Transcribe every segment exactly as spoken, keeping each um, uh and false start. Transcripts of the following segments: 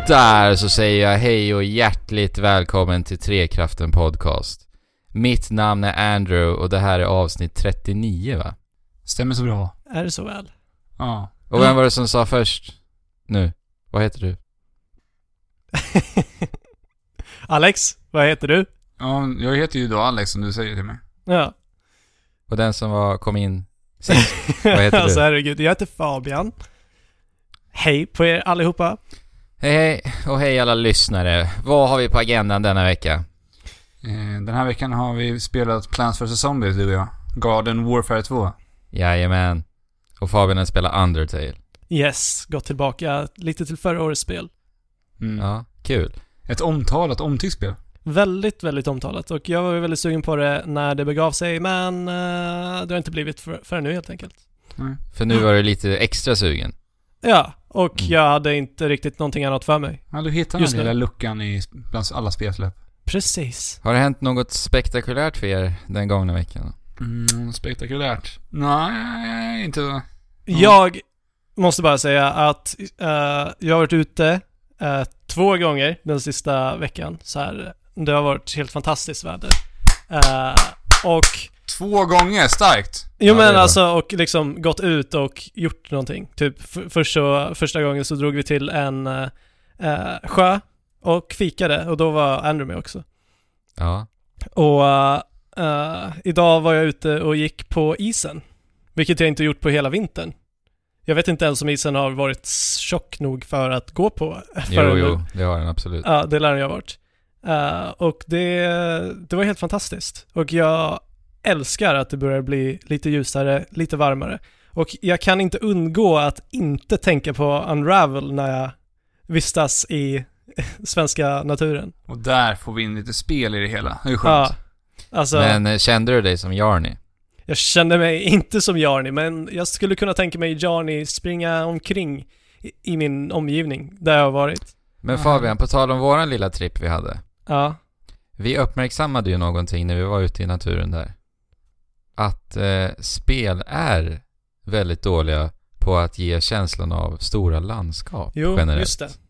där så säger jag hej och hjärtligt välkommen till Trekraften podcast. Mitt namn är Andrew och det här är avsnitt trettionio, va? Stämmer så bra. Är det så väl? Ja. Och vem var det som sa först? Nu, vad heter du? Alex, vad heter du? Ja, jag heter ju då Alex som du säger till mig. Ja. Och den som var, kom in sist, vad heter alltså, du? herregud, jag heter Fabian. Hej på er allihopa. Hej hej och hej alla lyssnare. Vad har vi på agendan denna vecka? Eh, den här veckan har vi spelat Plants versus. Zombies, du och jag. Garden Warfare två. Jajamän. Och Fabian spelar Undertale. Yes, gått tillbaka lite till förra årets spel. Mm. Ja, kul. Ett omtalat, omtyckt spel. Väldigt, väldigt omtalat. Och jag var väldigt sugen på det när det begav sig, men uh, det har inte blivit för, förrän nu helt enkelt. Mm. För nu var du lite extra sugen. Ja, och Mm. jag hade inte riktigt någonting annat för mig. Ja, du hittade den Just lilla nu. luckan i bland alla spelsläpp. Precis. Har det hänt något spektakulärt för er den gångna veckan? Mm, spektakulärt. Nej, inte. Mm. Jag måste bara säga att uh, jag har varit ute uh, två gånger den sista veckan. Så här, det har varit helt fantastiskt väder. Uh, och Två gånger, starkt. jo Ja, det är men bra. alltså, och liksom gått ut och gjort någonting. Typ f- först så, första gången så drog vi till en uh, sjö och fikade. Och då var Andrew med också. Ja. Och uh, uh, idag var jag ute och gick på isen. Vilket jag inte gjort på hela vintern. Jag vet inte ens om isen har varit tjock nog för att gå på. Jo, jo, det har den absolut. Ja, det lär den ju ha varit. Uh, och det, det var helt fantastiskt. Och jag älskar att det börjar bli lite ljusare, lite varmare. Och jag kan inte undgå att inte tänka på Unravel när jag vistas i svenska naturen. Och där får vi in lite spel i det hela. Det är skönt. Ja, alltså, Men eh, kände du dig som Jarny? jag kände mig inte som Jarny, men jag skulle kunna tänka mig Jarny springa omkring i, i min omgivning där jag har varit. Men Aha. Fabian, på tal om våran lilla tripp vi hade. Ja, Vi uppmärksammade ju någonting när vi var ute i naturen där. Att eh, spel är väldigt dåliga på att ge känslan av stora landskap jo, generellt. just det.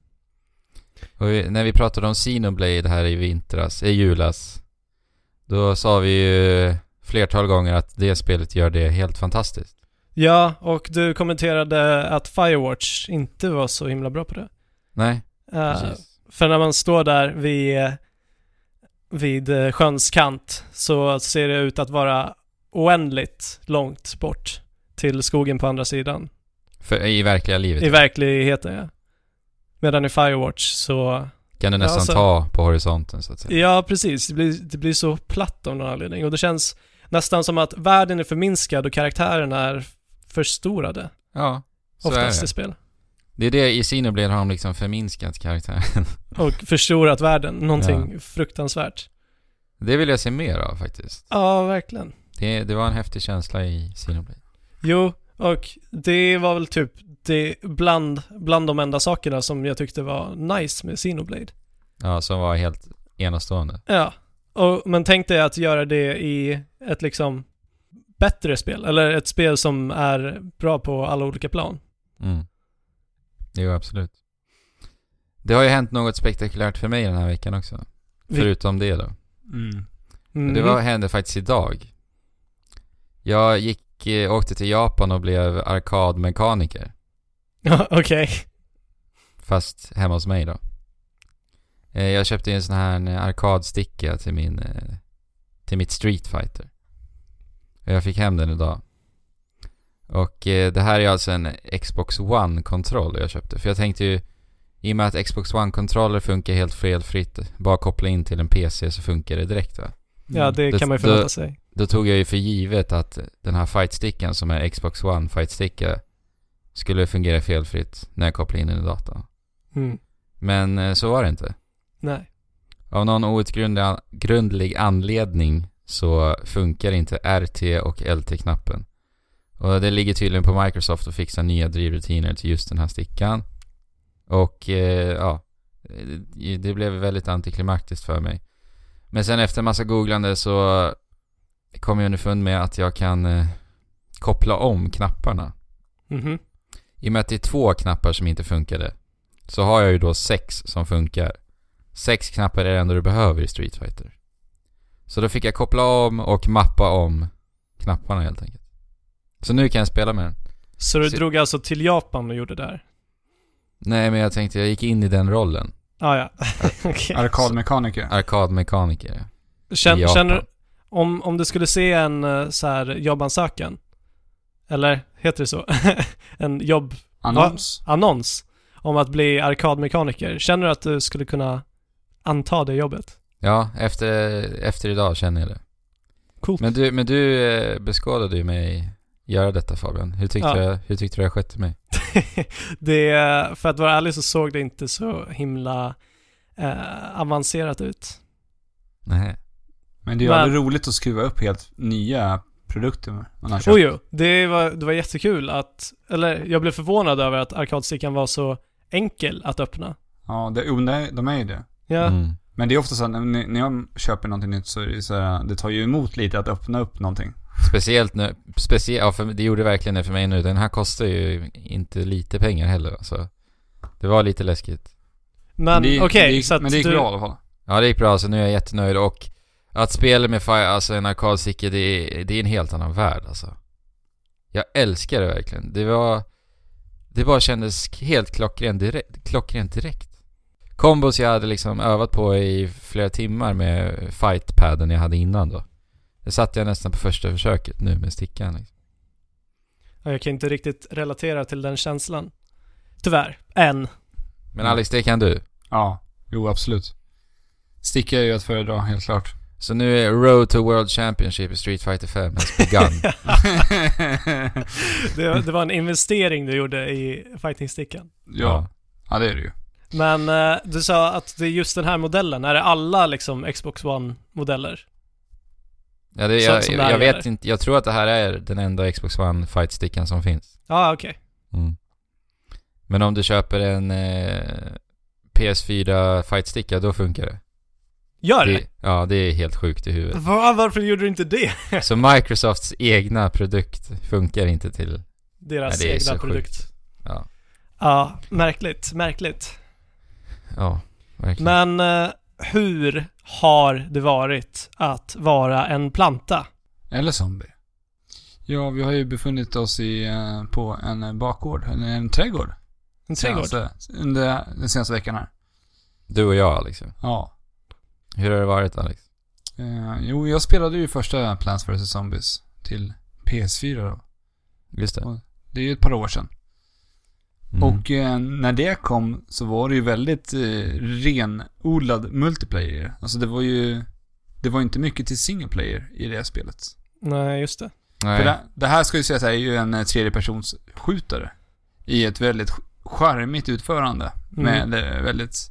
Och vi, när vi pratade om Xenoblade här i vintras, i julas, då sa vi ju flertal gånger att det spelet gör det helt fantastiskt. Ja, och du kommenterade att Firewatch inte var så himla bra på det. Nej, Uh, precis. för när man står där vid, vid eh, sjöns kant så ser det ut att vara oändligt långt bort till skogen på andra sidan. För, i verkliga livet. I verkligheten, ja. Medan i Firewatch så... Kan du nästan Ja, så- ta på horisonten så att säga. Ja, precis. Det blir, det blir så platt av någon anledning. Och det känns nästan som att världen är förminskad och karaktärerna är förstorade. Ja, så är Oftast i det. spel. Det är det, i Xenoblade har de liksom förminskat karaktären. Och förstorat världen. Någonting fruktansvärt. Det vill jag se mer av faktiskt. Ja, verkligen. Det, det var en häftig känsla i Xenoblade. Jo, och det var väl typ det bland, bland de enda sakerna som jag tyckte var nice med Xenoblade. Ja, som var helt enastående. Ja, och, men tänk dig att göra det i ett liksom bättre spel. Eller ett spel som är bra på alla olika plan. Mm. Jo, absolut. Det har ju hänt något spektakulärt för mig den här veckan också. Vi- Förutom det då. Mm. Mm. Det var, hände faktiskt idag. Jag gick, eh, åkte till Japan och blev arkadmekaniker. Ja, okej. Fast hemma hos mig då. Eh, jag köpte en sån här en arkadsticka till min eh, till mitt Street Fighter. Och jag fick hem den idag. Och eh, det här är alltså en Xbox One-kontroll jag köpte. För jag tänkte ju, i och med att Xbox One-kontroller funkar helt felfritt, bara koppla in till en P C så funkar det direkt, va? Ja, det Det- kan man ju det- förvänta sig. Då tog jag ju för givet att den här fightstickan som är Xbox One fightsticka skulle fungera felfritt när jag kopplade in den i datorn. Mm. Men eh, så var det inte. Nej. Av någon outgrundlig grundlig anledning så funkar inte R T och L T-knappen. Och det ligger tydligen på Microsoft att fixa nya drivrutiner till just den här stickan. Och eh, ja, det- det blev väldigt antiklimaktiskt för mig. Men sen efter en massa googlande så kom jag underfund med att jag kan eh, koppla om knapparna. Mhm. I och med att det är två knappar som inte funkade. så har jag ju då sex som funkar. Sex knappar är det enda du behöver i Street Fighter. Så då fick jag koppla om och mappa om knapparna helt enkelt. Så nu kan jag spela med den. Så du Så- drog alltså till Japan och gjorde det här? Nej, men jag tänkte jag gick in i den rollen. Ah, ja, okej. Arkadmekaniker. Arkadmekaniker. I Känn, Japan. känner om, om du skulle se en eh, så här jobbansökan, eller heter det så? En jobbannons Annons. om att bli arkadmekaniker. Känner du att du skulle kunna anta det jobbet? Ja, efter, efter idag känner jag det. Coolt. Men du, men du eh, beskådade ju mig göra detta, Fabian. Hur tyckte, Ja. jag, hur tyckte du jag skötte mig? Det, för att vara ärlig så såg det inte så himla eh, avancerat ut. Nej. Men det är ju Men- aldrig roligt att skruva upp helt nya produkter man har köpt. Oh, jo, det var, det var jättekul att, eller jag blev förvånad över att arkadstickan var så enkel att öppna. Ja, det, jo, nej, de är ju det. Ja, Mm. Men det är ofta så att när, när jag köper någonting nytt så är det så här, det tar ju emot lite att öppna upp någonting. Speciellt nu, speciellt, ja, för det gjorde verkligen det för mig nu. Den här kostar ju inte lite pengar heller. Så det var lite läskigt. men det, okej, det, så att men det gick du, bra i alla fall. Ja, det gick bra, så nu är jag jättenöjd. Och att spela med Fire, alltså en arkadsticka, det är, det är en helt annan värld alltså. Jag älskar det verkligen. Det var, det bara kändes helt klockrent direkt, klockrent direkt. Kombos jag hade liksom övat på i flera timmar med fightpadden jag hade innan då. Det satte jag nästan på första försöket nu med stickan liksom. Ja, jag kan inte riktigt relatera till den känslan. Tyvärr, än. Men Alex, det kan du. Ja, jo absolut. Sticka är ju att föredra, helt klart. Så nu är Road to World Championship i Street Fighter fem has begun. det, det var en investering du gjorde i fighting-stickan. ja. ja, det är det ju. Men eh, du sa att det är just den här modellen. Är det alla liksom Xbox One-modeller? Ja, det, Som- jag, som det jag, här jag vet gäller. inte. Jag tror att det här är den enda Xbox One fight-stickan som finns. Ja, ah, okej. Mm. Men om du köper en eh, P S fyra fight-sticka, då funkar det. Gör det? det? Ja, det är helt sjukt i huvudet. Va, varför gjorde du inte det? Så Microsofts egna produkt funkar inte till... Deras Ja, det är så egna produkt. sjukt. Ja, Ja, märkligt, märkligt. ja verkligen. Men eh, hur har det varit att vara en planta? Eller zombie. Ja, vi har ju befunnit oss i, eh, på en eh, bakgård, en, en trädgård. En trädgård? Senaste, under den senaste veckan här. Du och jag, Alex. Ja. Hur har det varit, Alex? Eh, jo, jag spelade ju första Plants versus. Zombies till P S fyra då. Just det. Det är ju ett par år sedan. Mm. Och eh, när det kom så var det ju väldigt eh, renodlad multiplayer. Alltså det var ju det var inte mycket till single player i det här spelet. Nej, just det. Nej. För det, det här ska ju säga så här, är ju en eh, tredjepersons skjutare i ett väldigt charmigt utförande Mm. med eh, väldigt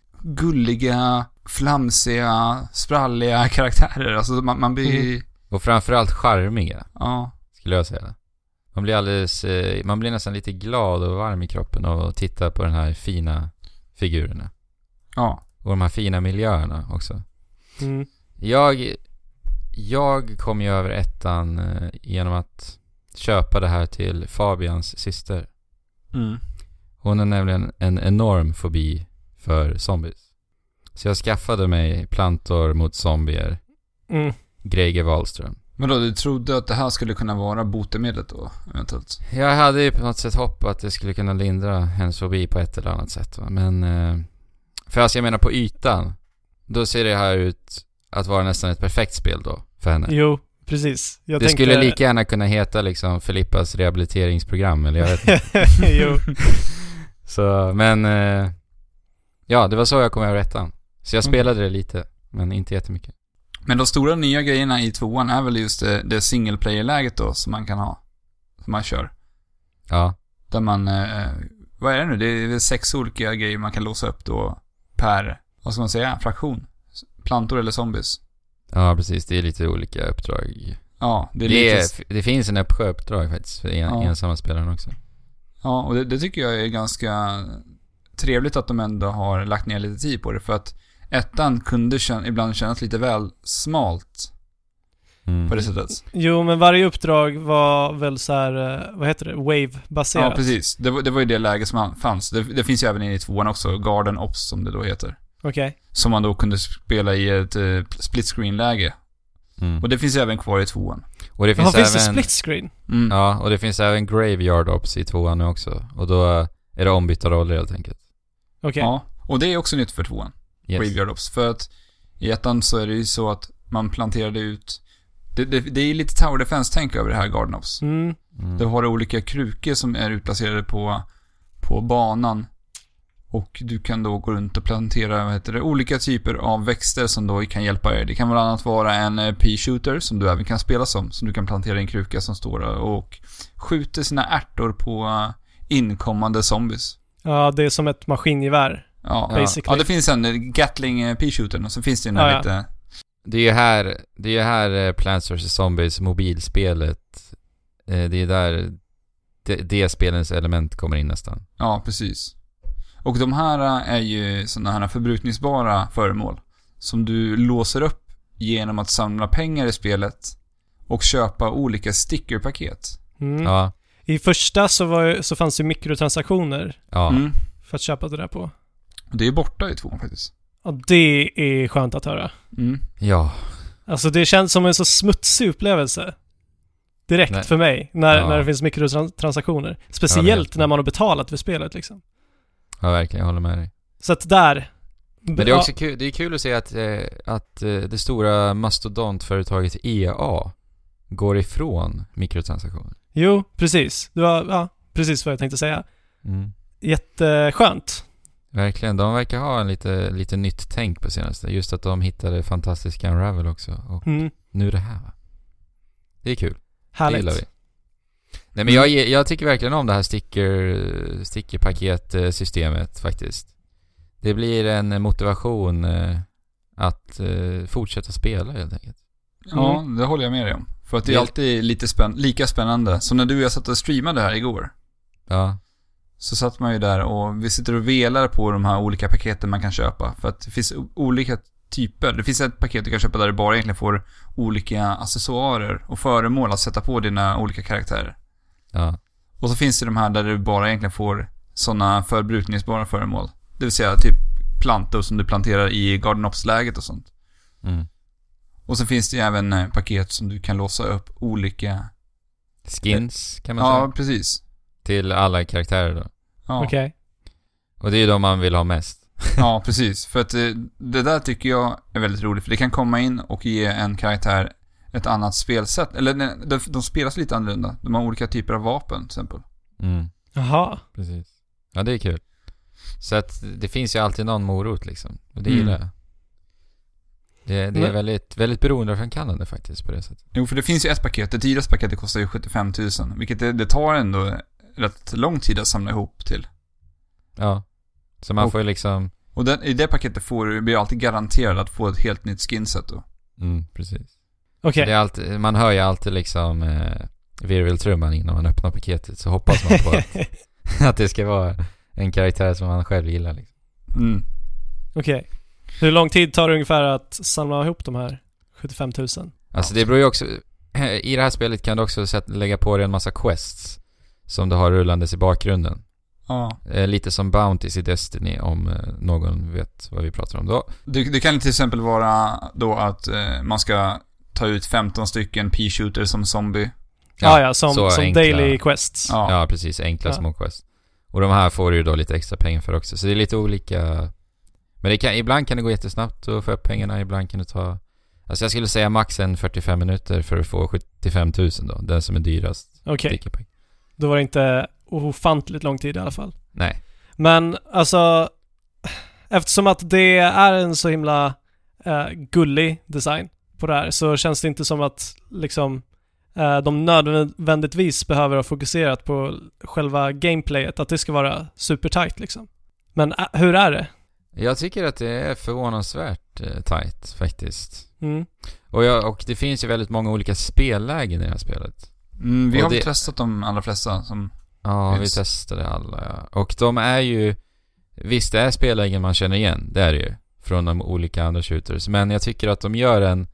gulliga, flamsiga, spralliga karaktärer. Alltså man, man blir Mm. Och framförallt charmiga, ja, skulle jag säga. Man blir alldeles... Eh, man blir nästan lite glad och varm i kroppen av att titta på den här fina figurerna. ja. Och de här fina miljöerna också. Mm. Jag... Jag kom ju över ettan eh, genom att köpa det här till Fabians syster. Mm. Hon har nämligen en enorm fobi för zombies. Så jag skaffade mig plantor mot zombier. Mm. Greger Wahlström. Men då, du trodde att det här skulle kunna vara botemedlet då, eventuellt? Jag hade ju på något sätt hopp att det skulle kunna lindra hennes fobi på ett eller annat sätt. Va? Men... Eh, för alltså jag menar på ytan. Då ser det här ut att vara nästan ett perfekt spel då för henne. Jo, precis. Jag det tänkte... skulle lika gärna kunna heta liksom Filippas rehabiliteringsprogram, eller jag vet inte. Jo. Så, men eh, ja, det var så jag kom över ettan. Så jag Mm. spelade det lite, men inte jättemycket. Men de stora nya grejerna i tvåan är väl just det, det single player-läget då som man kan ha. Som man kör. Ja, Där man, eh, vad är det nu? Det är väl sex olika grejer man kan låsa upp då per, vad ska man säga, fraktion. Plantor eller zombies. ja precis. Det är lite olika uppdrag. Ja, det är Det, lite... är, det finns en uppsjö uppdrag faktiskt för en, Ja. ensamma spelaren också. Ja, och det, det tycker jag är ganska trevligt att de ändå har lagt ner lite tid på det. För att ettan kunde kän, ibland kännas lite väl smalt. Mm. på det sättet. Jo, men varje uppdrag var väl så här, eh, vad heter det, wave-baserat. Ja, precis. Det var, det var ju det läge som fanns. Det, det finns ju även i tvåan också, Garden Ops som det då heter. Okej. Okay. Som man då kunde spela i ett uh, split screen-läge. Mm. Och det finns även kvar i tvåan. Och det Jaha, finns, finns även, det split screen? Mm. Ja, och det finns även Graveyard Ops i tvåan nu också. Och då är det ombytta roller helt enkelt. Okej. Okay. Ja, och det är också nytt för tvåan. Yes. Graveyard Ops. För att i ettan så är det ju så att man planterade ut... Det, det, det är lite Tower Defense-tänk över det här Garden Ops. Mm. Mm. Du har olika krukor som är utplacerade på, på banan. Och du kan då gå runt och plantera, vad heter det, olika typer av växter som då kan hjälpa er. Det kan bland annat vara en pea-shooter som du även kan spela som. Som du kan plantera i en kruka som står och skjuter sina ärtor på inkommande zombies. Ja, det är som ett maskingevär. Ja, basically. ja, det finns en Gatling pea-shooter och så finns det en ja, ja. lite... Det är ju här, det är ju här Plants versus. Zombies mobilspelet, det är där det, det spelens element kommer in nästan. Ja, precis. Och de här är ju sådana här förbrukningsbara föremål som du låser upp genom att samla pengar i spelet och köpa olika stickerpaket. Mm. Ja. I första så, var, så fanns det mikrotransaktioner Ja. Mm. för att köpa det där på. Det är borta i tvåan faktiskt. Ja, det är skönt att höra. Mm. Ja. Alltså det känns som en så smutsig upplevelse. Direkt Nej. för mig. När, Ja. när det finns mikrotransaktioner. Speciellt Ja, när man har betalat för spelet liksom. Ja, verkligen, jag håller med dig. Så att där... Men det är också kul, det är kul att se att, eh, att eh, det stora mastodontföretaget E A går ifrån mikrotransaktioner. Jo, precis. Det var ja, precis vad jag tänkte säga. Mm. Jätteskönt. Verkligen, de verkar ha en lite, lite nytt tänk på senaste. Just att de hittade fantastiska Unravel också. Och Mm. nu det här, va? Det är kul. Härligt. Det gillar vi. Nej, men jag, jag tycker verkligen om det här sticker, stickerpaket-systemet faktiskt. Det blir en motivation eh, att eh, fortsätta spela helt enkelt. Ja, Mm. det håller jag med dig om. För att det är Det- alltid lite spänn- lika spännande. Som när du och jag satt och streamade här igår. Ja, Så satt man ju där och vi sitter och velar på de här olika paketen man kan köpa. För att det finns o- olika typer. Det finns ett paket du kan köpa där du bara egentligen får olika accessoarer och föremål att sätta på dina olika karaktärer. ja, Och så finns det de här där du bara egentligen får sådana förbrukningsbara föremål. Det vill säga typ plantor som du planterar i Garden Ops-läget och sånt. mm. Och så finns det ju även eh, paket som du kan låsa upp olika... Skins kan man Ja, säga. precis. Till alla karaktärer då. Ja. Okej. Och det är ju de man vill ha mest. Ja, precis. För att eh, det där tycker jag är väldigt roligt. För det kan komma in och ge en karaktär ett annat spelsätt. Eller nej, de, de spelas lite annorlunda. De har olika typer av vapen till exempel. Mm, Jaha. precis. Ja, det är kul. Så att det finns ju alltid någon morot liksom. Och det Mm. gillar jag. Det, det är Men- väldigt, väldigt beroendeframkallande faktiskt på det sättet. Jo, för det finns ju ett paket. Det dyraste paketet kostar ju sjuttiofem tusen. Vilket det, det tar ändå rätt lång tid att samla ihop till. Ja. Så man Och- får ju liksom... Och den, i det paketet får du, blir du alltid garanterad att få ett helt nytt skinset då. Mm, precis. Okej. Det är alltid, man hör ju alltid liksom eh, virveltrumman innan man öppnar paketet. Så hoppas man på att, att det ska vara en karaktär som man själv gillar liksom. Mm. Okej. Hur lång tid tar det ungefär att samla ihop de här sjuttiofem tusen? Alltså det beror ju också... I det här spelet kan du också sätta, lägga på dig en massa quests som du har rullandes i bakgrunden. Ja. Eh, lite som Bounties i Destiny, om eh, någon vet vad vi pratar om då. Det, det kan till exempel vara då att eh, man ska ta ut femton stycken pea-shooter som zombie. Ja, ja, som, så som enkla- daily quests. Ja. Ja, precis. Enkla Ja. små quests. Och de här får du ju då lite extra pengar för också. Så det är lite olika... Men det kan, ibland kan det gå jättesnabbt att få upp pengarna. Ibland kan det ta... Alltså jag skulle säga max en fyrtiofem minuter för att få sjuttiofem tusen då. Den som är dyrast. Okej. Stickerpack. Då var det inte ofantligt lång tid i alla fall. Nej. Men alltså, eftersom att det är en så himla eh, gullig design på det här, så känns det inte som att liksom eh, de nödvändigtvis behöver ha fokuserat på själva gameplayet, att det ska vara supertight liksom. Men eh, hur är det? Jag tycker att det är förvånansvärt eh, tight faktiskt. Mm. Och, jag, och det finns ju väldigt många olika spellägen i det här spelet. Mm, vi Och har det- väl testat de allra flesta som... Ja, Yes. vi testade alla. Ja. Och de är ju... Visst, det är spellägen man känner igen. Det är det ju. Från de olika andra shooters. Men jag tycker att de gör en,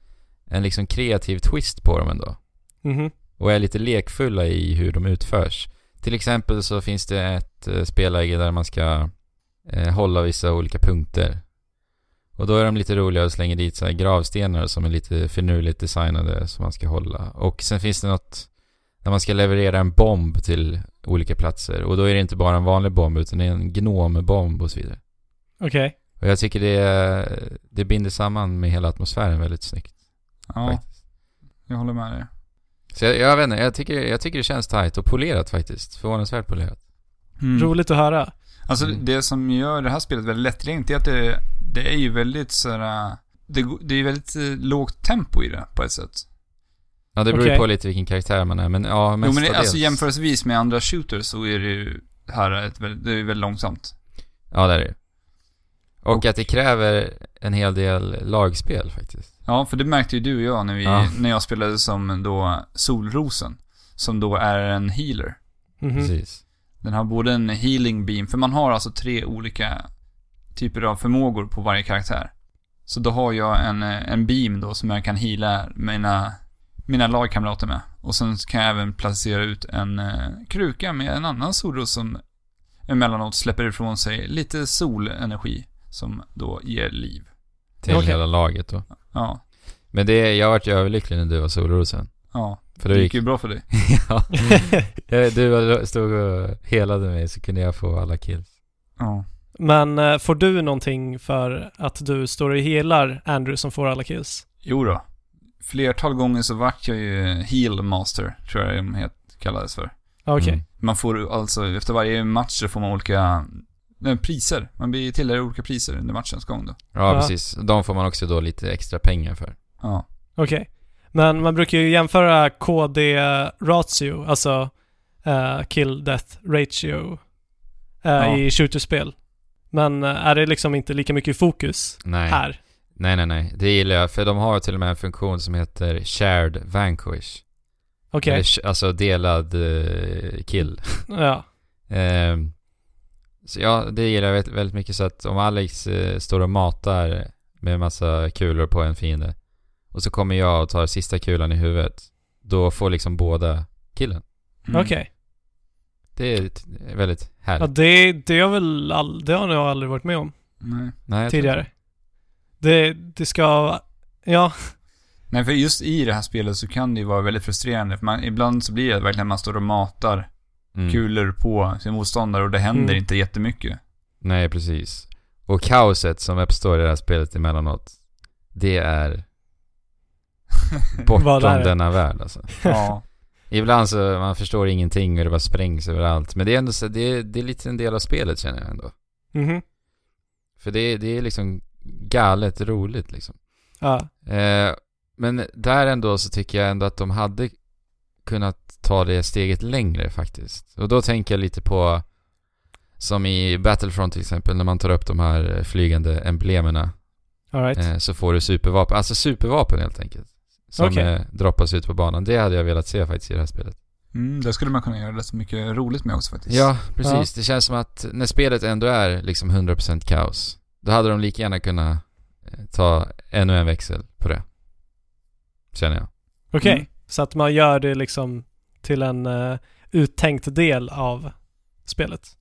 en liksom kreativ twist på dem ändå. Mhm. Och är lite lekfulla i hur de utförs. Till exempel så finns det ett eh, spelläge där man ska eh, hålla vissa olika punkter. Och då är de lite roliga och slänger dit så här gravstenar som är lite finurligt designade som man ska hålla. Och sen finns det något när man ska leverera en bomb till olika platser. Och då är det inte bara en vanlig bomb utan det är en gnombomb och så vidare. Okej. Okay. Och jag tycker det, det binder samman med hela atmosfären väldigt snyggt. Ja, faktiskt. Jag håller med dig. Så jag, jag vet inte, jag tycker, jag tycker det känns tajt och polerat faktiskt. Förvånansvärt polerat. Mm. Roligt att höra. Alltså Mm. det som gör det här spelet väldigt lättillgängligt är att det, det är ju väldigt sådär, det, det är väldigt eh, lågt tempo i det på ett sätt. Ja, det beror ju Okej. på lite vilken karaktär man är, men ja, Jo, men det, mestadels. alltså jämförelsevis med andra shooters så är det ju här ett väldigt, det är väldigt långsamt. Ja, det är det. Och, Och- att det kräver en hel del lagspel faktiskt. Ja, för det märkte ju du och jag när, vi, Ja. när jag spelade som då Solrosen. Som då är en healer. Mhm. Precis. Den har både en healing beam, för man har alltså tre olika typer av förmågor på varje karaktär. Så då har jag en, en beam då som jag kan heala mina, mina lagkamrater med. Och sen kan jag även placera ut en eh, kruka med en annan solros som emellanåt släpper ifrån sig lite solenergi som då ger liv. Till Okej. hela laget då. Ja, Men det, jag vart ju överlycklig när du var Solrosen. ja. För Det då gick gick ju bra för dig. ja. Du stod och helade mig så kunde jag få alla kills. Ja. Men eh, får du någonting för att du står och healar Andrew som får alla kills? Jo då. Flertal gånger så vart jag ju Heal Master, tror jag de het, kallades för. Okej. Mm. Man får alltså, efter varje match så får man olika nej, priser. Man blir tilldelad olika priser under matchens gång då. Ja, Ja. precis. De får man också då lite extra pengar för. Ja. Okej. Men man brukar ju jämföra K D-ratio, alltså eh, kill-death ratio eh, Ja. i shooterspel. Men eh, är det liksom inte lika mycket fokus Nej. här? Nej, nej, nej. Det gillar jag. För de har till och med en funktion som heter Shared Vanquish. Okej. Eller, sh- alltså delad eh, kill. Ja. Ehm, så ja, det gillar jag väldigt, väldigt mycket. Så att om Alex eh, står och matar med en massa kulor på en fiende och så kommer jag och tar sista kulan i huvudet, då får liksom båda killen. Mm. Okej. Det är t- väldigt Ja, härligt. det, det har väl all, det har jag aldrig varit med om Nej. Nej, jag tror- tidigare. Det, det ska... Ja. Nej, för just i det här spelet så kan det ju vara väldigt frustrerande. För man, ibland så blir det verkligen att man står och matar Mm. kulor på sin motståndare och det händer Mm. inte jättemycket. Nej, precis. Och kaoset som uppstår i det här spelet emellanåt, det är Vad bortom är det? denna värld alltså. Ja. Ibland så man förstår ingenting och det bara sprängs överallt. Men det är ändå så, det är, det är lite en del av spelet känner jag ändå. Mhm. För det, det är liksom galet roligt liksom. Ja. Eh, men där ändå så tycker jag ändå att de hade kunnat ta det steget längre faktiskt. Och då tänker jag lite på som i Battlefront till exempel, när man tar upp de här flygande emblemerna All right. eh, så får du supervapen. Alltså supervapen helt enkelt. Som Okej. eh, droppas ut på banan. Det hade jag velat se faktiskt i det här spelet. Mm, det skulle man kunna göra rätt så mycket roligt med också faktiskt. Ja, precis. Det känns som att när spelet ändå är liksom hundra procent kaos, då hade de lika gärna kunnat eh, ta ännu en växel på det. Känner jag. Okej. Mm. Så att man gör det liksom till en uh, uttänkt del av spelet.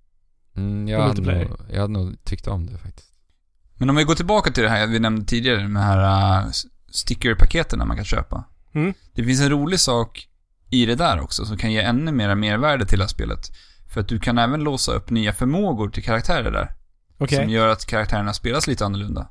Mm, jag, Och hade multiplayer. nog, jag hade nog tyckt om det faktiskt. Men om vi går tillbaka till det här vi nämnde tidigare, de här uh, sticker-paketen man kan köpa. Mm. Det finns en rolig sak i det där också som kan ge ännu mera mervärde till det här spelet. För att du kan även låsa upp nya förmågor till karaktärer där. Okej. Som gör att karaktärerna spelas lite annorlunda.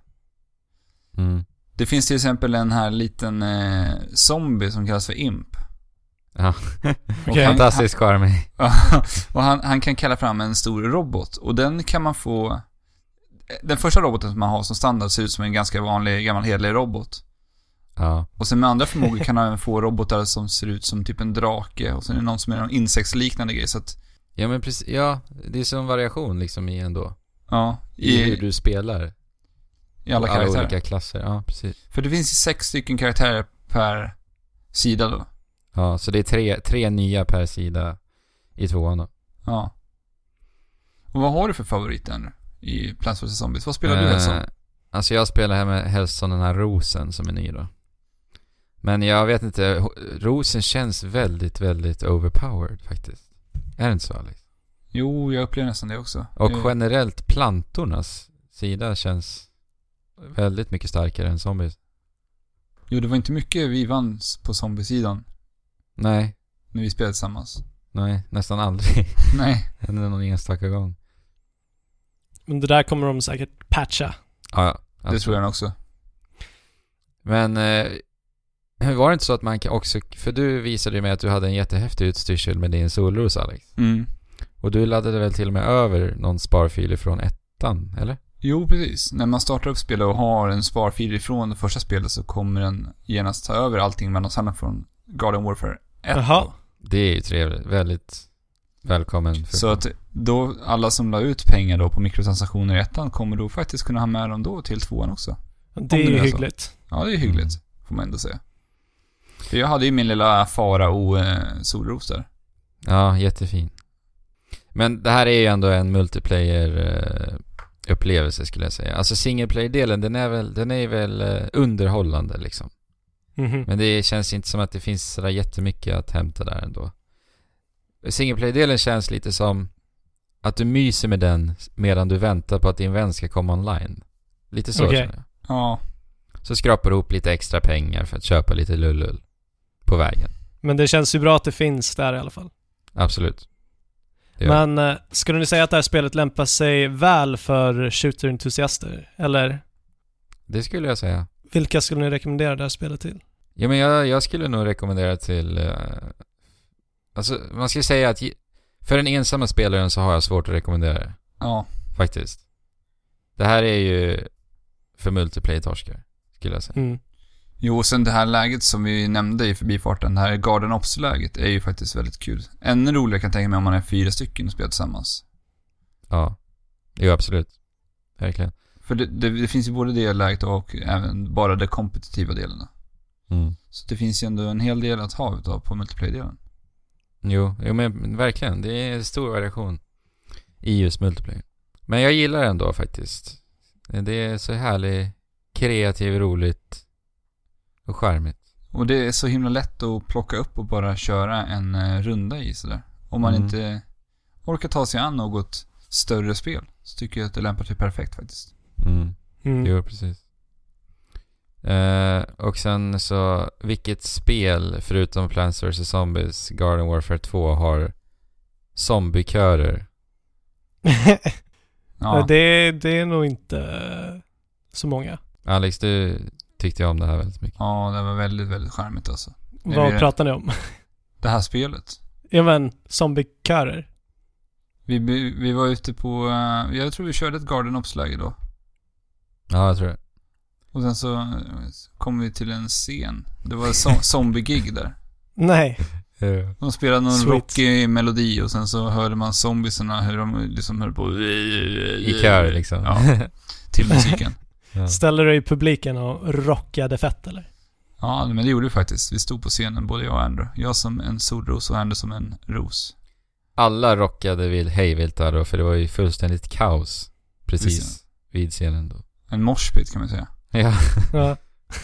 Mm. Det finns till exempel en här liten eh, zombie som kallas för Imp. Ja. Okej. Fantastiskt charmig. Och han, han kan kalla fram en stor robot. Och den kan man få... Den första roboten som man har som standard ser ut som en ganska vanlig gammal hederlig robot. Ja. Och sen med andra förmågor kan han få robotar som ser ut som typ en drake. Och sen är det någon som är någon insektsliknande grej. Så att, Ja, men precis. Ja, det är som variation liksom i ändå. ja, I, i, hur du spelar. i alla karaktärer. olika klasser. Ja, precis. För det finns ju sex stycken karaktärer per sida då. Ja, så det är tre, tre nya per sida i tvåan då. Ja. Och vad har du för favorit ännu i Plants versus. Zombies? Vad spelar du Eh, helst som? Alltså jag spelar här med helst som den här rosen som är ny då. Men jag vet inte, rosen känns väldigt, väldigt overpowered faktiskt. Är det inte så, Alex? Jo, jag upplever nästan det också. Och eh. generellt plantornas sida känns väldigt mycket starkare än zombies. Jo, det var inte mycket vi vann på zombiesidan Nej, när vi spelade tillsammans. nej, nästan aldrig. Nej. Än någon enstaka gång. Men det där kommer de säkert patcha. Ja, ja. Det tror jag också. Men eh, var det inte så att man kan också... För du visade ju mig att du hade en jättehäftig utstyrsel med din solros, Alex. Mm. Och du laddade väl till och med över någon sparfil från ettan, eller? Jo, precis. När man startar upp spelet och har en sparfil ifrån det första spelet så kommer den genast ta över allting man har samlat från Garden Warfare ett. Jaha. Det är ju trevligt. Väldigt välkommen. För Så att då alla som la ut pengar då på mikrotransaktioner i ettan kommer då faktiskt kunna ha med dem då till tvåan också. Det är det ju är så. hyggligt. Ja, det är hyggligt. Mm. Får man ändå säga. För jag hade ju min lilla Farao eh, solros där. Ja, jättefin. Men det här är ju ändå en multiplayer eh, upplevelse skulle jag säga. Alltså singleplayer-delen, den är väl, den är väl eh, underhållande liksom. Mhm. Men det känns inte som att det finns sådär jättemycket att hämta där ändå. Singleplayer-delen känns lite som att du myser med den medan du väntar på att din vän ska komma online. Lite så Okej. känner jag. Ja. Så skrapar du ihop lite extra pengar för att köpa lite lullull på vägen. Men det känns ju bra att det finns där i alla fall. Absolut. Det gör Men eh, skulle ni säga att det här spelet lämpar sig väl för shooter-entusiaster? Eller det skulle jag säga. vilka skulle ni rekommendera det här spelet till? Ja, men jag, jag skulle nog rekommendera till... Uh, alltså, man ska säga att ge- för den ensamma spelaren så har jag svårt att rekommendera det. Ja. Faktiskt. Det här är ju för multiplayer-torskar, skulle jag säga. Mm. Jo, och sen det här läget som vi nämnde i förbifarten, det här Garden Ops-läget är ju faktiskt väldigt kul. Ännu roligare kan jag tänka mig om man är fyra stycken och spelar tillsammans. Ja. Jo, absolut. Verkligen. För det, det, det finns ju både det läget och även bara de kompetitiva delarna. Mm. Så det finns ju ändå en hel del att ha utav på multiplayer-delen. Jo, jo, men verkligen. Det är en stor variation i just multiplayer. Men jag gillar ändå faktiskt. Det är så härligt, kreativt, roligt och charmigt. Och det är så himla lätt att plocka upp och bara köra en uh, runda i sådär. Om man Mm. inte orkar ta sig an något större spel så tycker jag att det lämpar sig perfekt faktiskt. Mm. Mm. Jo, precis. Eh, och sen så, vilket spel förutom Plants versus. Zombies Garden Warfare två har zombiekörer? Ja. det, det är nog inte så många. Alex, du tyckte jag om det här väldigt mycket. Ja, det var väldigt, väldigt charmigt alltså. Nej, Vad vi- pratar ni om? Det här spelet. Ja men, zombiekörer. Vi, vi, vi var ute på, uh, jag tror vi körde ett Garden Ops-läge då. Ja, jag tror det. Och sen så uh, kom vi till en scen. Det var en zo- zombie-gig där. Nej. De spelade någon Sweet. rockig melodi och sen så hörde man zombiesarna hur de liksom höll på I kör liksom. Ja, till musiken. Ja. Ställer du i publiken och rockade fett eller? Ja, men det gjorde vi faktiskt. Vi stod på scenen, både jag och Andrew. Jag som en solros och Andrew som en ros. Alla rockade vid hejvilt där då, för det var ju fullständigt kaos precis Precis. vid scenen då. En moshpit kan man säga. Ja. Ja.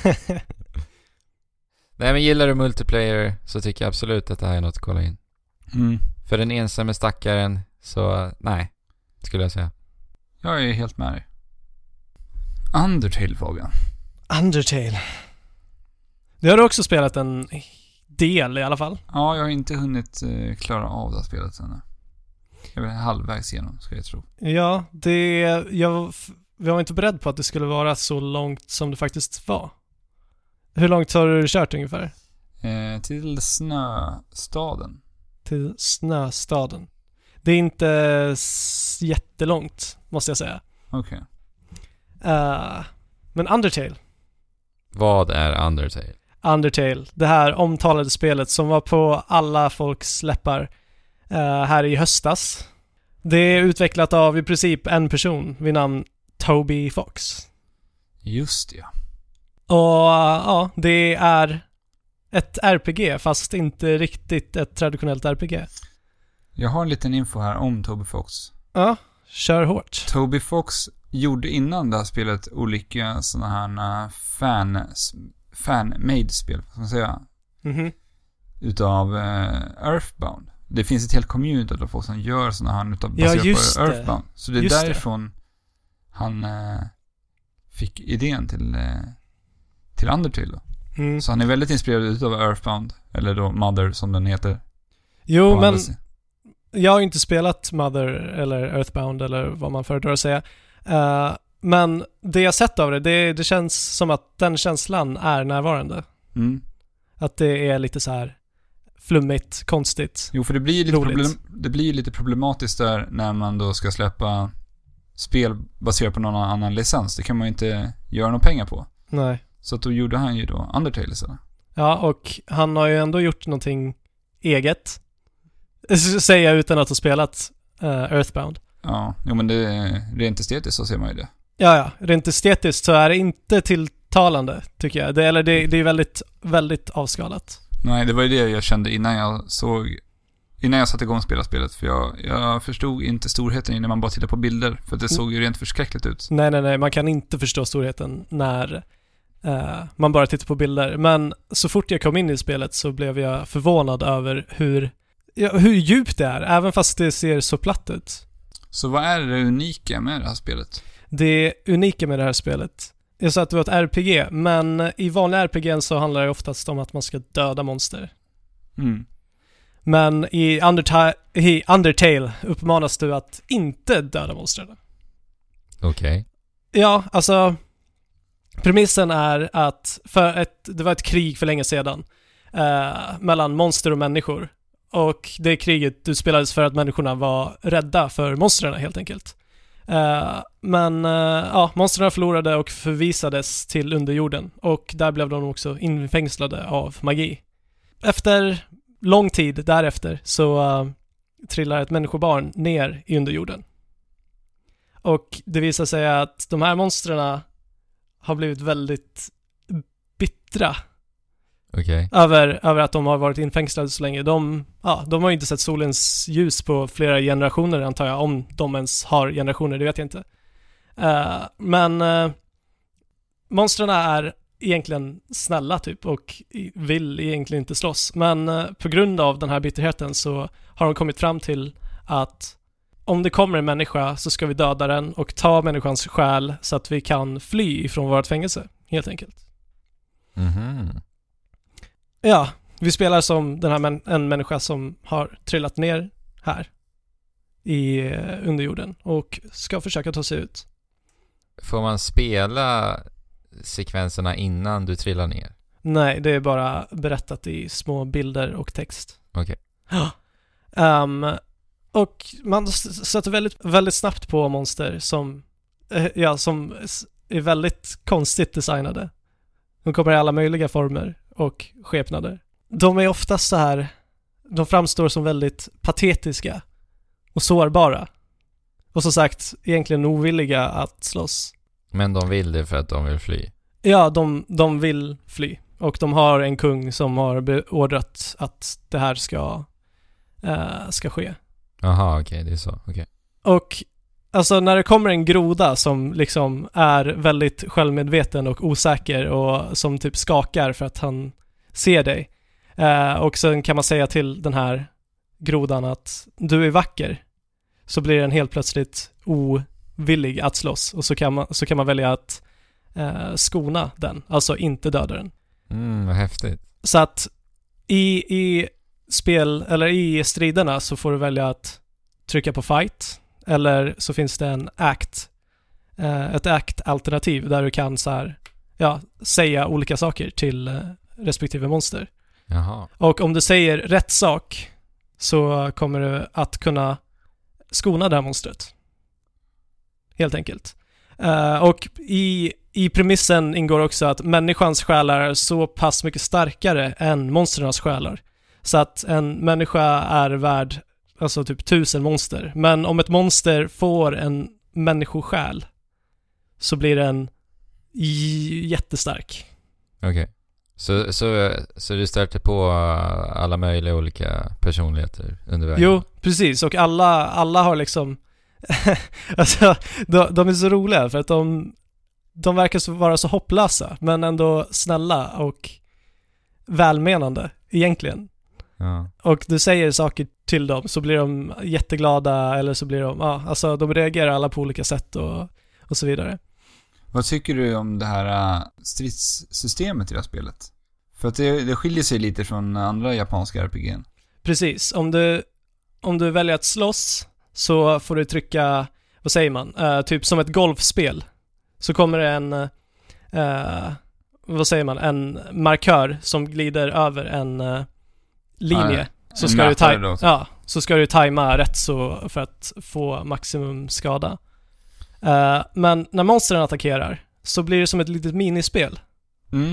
Nej, men gillar du multiplayer så tycker jag absolut att det här är något att kolla in. Mm. För den ensamma stackaren så nej, skulle jag säga. Jag är helt med dig. Undertale, Fabian. Undertale. Det har du också spelat en del i alla fall. Ja, jag har inte hunnit eh, klara av det här spelet ännu. Jag är väl halvvägs igenom, ska jag tro. Ja, det... Jag, jag var inte beredd på att det skulle vara så långt som det faktiskt var. Hur långt har du kört ungefär? Eh, till Snöstaden. Till Snöstaden. Det är inte s- jättelångt, måste jag säga. Okej. Uh, men Undertale. Vad är Undertale? Undertale, det här omtalade spelet som var på alla folks läppar uh, här i höstas. Det är utvecklat av i princip en person vid namn Toby Fox. Just ja. Och uh, ja, det är ett R P G fast inte riktigt ett traditionellt R P G. Jag har en liten info här om Toby Fox. Ja, kör hårt. Toby Fox gjorde innan det här spelet olika såna här fan fan-made spel, vad ska man säga, Mhm. utav uh, Earthbound. Det finns ett helt community av folk som gör såna här utav Ja, baserat just på det. Earthbound. Så det är Just det. därifrån han uh, fick idén till uh, till Undertale då. Mm. Så han är väldigt inspirerad utav Earthbound, eller då Mother som den heter. Jo, på men andra sidan. jag har inte spelat Mother eller Earthbound eller vad man föredrar att säga. Uh, men det jag sett av det, det, det känns som att den känslan är närvarande. Mm. Att det är lite så här flummigt, konstigt. Jo, för det blir lite Roligt. problem, det blir lite problematiskt där när man då ska släppa spel baserat på någon annan licens. Det kan man ju inte göra några pengar på. Nej. Så att då gjorde han ju då Undertale så. Ja, och han har ju ändå gjort någonting eget. Säger jag utan att ha spelat uh, Earthbound. Ja, jo, men det är rent estetiskt så ser man ju det. Ja, ja. Rent estetiskt så är det inte tilltalande, tycker jag. Det, eller det, det är väldigt, väldigt avskalat. Nej, det var ju det jag kände innan jag såg innan jag satte igång och spelade spelet, för jag, jag förstod inte storheten när man bara tittade på bilder, för det såg ju rent förskräckligt ut. Nej, nej, nej. Man kan inte förstå storheten när uh, man bara tittar på bilder. Men så fort jag kom in i spelet så blev jag förvånad över hur, ja, hur djupt det är, även fast det ser så platt ut. Så vad är det unika med det här spelet? Det unika med det här spelet, jag sa att det var ett R P G, men i vanliga R P G så handlar det oftast om att man ska döda monster. Mm. Men i Undertale, i Undertale uppmanas du att inte döda monstren. Okej. Okay. Ja, alltså premissen är att för ett, det var ett krig för länge sedan eh, mellan monster och människor. Och det kriget utspelades för att människorna var rädda för monstren helt enkelt. Uh, men uh, ja, monstren förlorade och förvisades till underjorden, och där blev de också infängslade av magi. Efter lång tid därefter så uh, trillar ett människobarn ner i underjorden. Och det visar sig att de här monstren har blivit väldigt bittra. Okej. Över, över att de har varit infängslade så länge. De, ja, de har ju inte sett solens ljus på flera generationer, antar jag. Om de ens har generationer, det vet jag inte. Uh, men uh, monstren är egentligen snälla typ och vill egentligen inte slåss. Men uh, på grund av den här bitterheten så har de kommit fram till att om det kommer en människa så ska vi döda den och ta människans själ så att vi kan fly ifrån vårt fängelse, helt enkelt. Mhm. Ja, vi spelar som den här män- en människa som har trillat ner här i uh, underjorden och ska försöka ta sig ut. Får man spela sekvenserna innan du trillar ner? Nej, det är bara berättat i små bilder och text. Okej. Ja. Um, och man s- sätter väldigt, väldigt snabbt på monster som, eh, ja, som s- är väldigt konstigt designade. De kommer i alla möjliga former och skepnader. De är oftast så här, de framstår som väldigt patetiska och sårbara. Och som sagt, egentligen ovilliga att slåss. Men de vill det för att de vill fly. Ja, de, de vill fly. Och de har en kung som har beordrat att det här ska, uh, ska ske. Jaha, okej, okay, det är så. Okej. Okay. Och alltså när det kommer en groda som liksom är väldigt självmedveten och osäker och som typ skakar för att han ser dig. Uh, och sen kan man säga till den här grodan att du är vacker. Så blir den helt plötsligt ovillig att slåss. Och så kan man, så kan man välja att uh, skona den. Alltså inte döda den. Mm, vad häftigt. Så att i, i spel, eller i striderna så får du välja att trycka på fight. Eller så finns det en act. Uh, ett act-alternativ där du kan så här, ja, säga olika saker till uh, respektive monster. Jaha. Och om du säger rätt sak så kommer du att kunna skona det här monstret. Helt enkelt. Uh, och i, i premissen ingår också att människans själar är så pass mycket starkare än monsternas själar. Så att en människa är värd alltså typ tusen monster. Men om ett monster får en människosjäl så blir den j- jättestark. Okej. Okay. Så, så, så du stöter på alla möjliga olika personligheter under vägen? Jo, precis. Och alla, alla har liksom alltså, de, de är så roliga för att de de verkar så, vara så hopplösa, men ändå snälla och välmenande egentligen. Ja. Och du säger saker till dem så blir de jätteglada, eller så blir de, ja, alltså de reagerar alla på olika sätt och, och så vidare. Vad tycker du om det här uh, stridssystemet i det här spelet? För att det, det skiljer sig lite från andra japanska R P G:n. Precis, om du, om du väljer att slåss så får du trycka, vad säger man, uh, typ som ett golfspel. Så kommer det en, uh, vad säger man, en markör som glider över en uh, linje. Ja, så, en ska du ta- då, så. ja, så ska du tajma rätt så för att få maximum skada. Uh, men när monstren attackerar så blir det som ett litet minispel. Mm.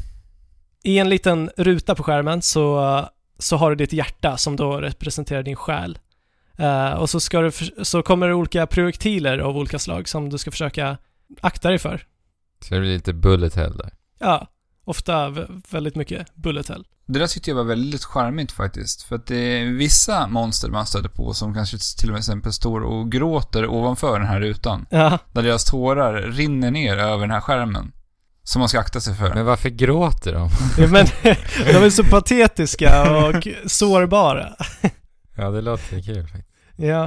I en liten ruta på skärmen så, så har du ditt hjärta som då representerar din själ. Uh, och så, ska du för, så kommer det olika projektiler av olika slag som du ska försöka akta dig för. Så det blir lite bullet hell där. Ja, ofta v- väldigt mycket bullet hell. Det där tyckte jag var väldigt charmigt faktiskt. För att det är vissa monster man stöter på som kanske till och med exempel står och gråter ovanför den här rutan. Ja. Där deras tårar rinner ner över den här skärmen. Som man ska akta sig för. Men varför gråter de? Ja, men de är så patetiska och sårbara. Ja, det låter kul faktiskt. Ja.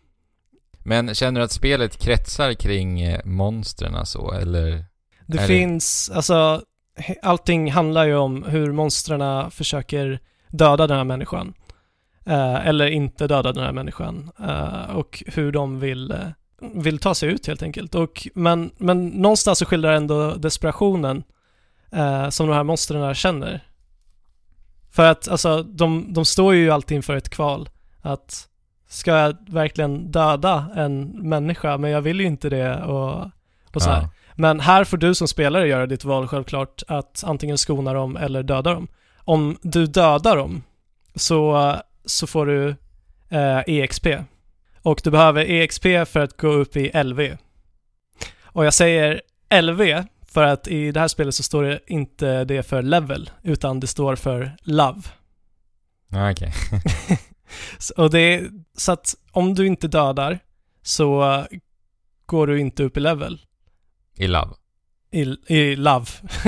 Men känner du att spelet kretsar kring eh, monstren så, eller? Det Är finns, det... alltså he- allting handlar ju om hur monstren försöker döda den här människan. Eh, eller inte döda den här människan. Eh, och hur de vill, eh, vill ta sig ut helt enkelt. Och, men, men någonstans så skildrar ändå desperationen eh, som de här monstren känner. För att alltså, de, de står ju alltid inför ett kval. Att ska jag verkligen döda en människa? Men jag vill ju inte det. Och, och så här. Ja. Men här får du som spelare göra ditt val självklart att antingen skona dem eller döda dem. Om du dödar dem så, så får du eh, E X P. Och du behöver E X P för att gå upp i L V. Och jag säger L V för att i det här spelet så står det inte det för level utan det står för love. Ja, okej. Och det är, så att om du inte dödar så går du inte upp i level. I love. I, i love.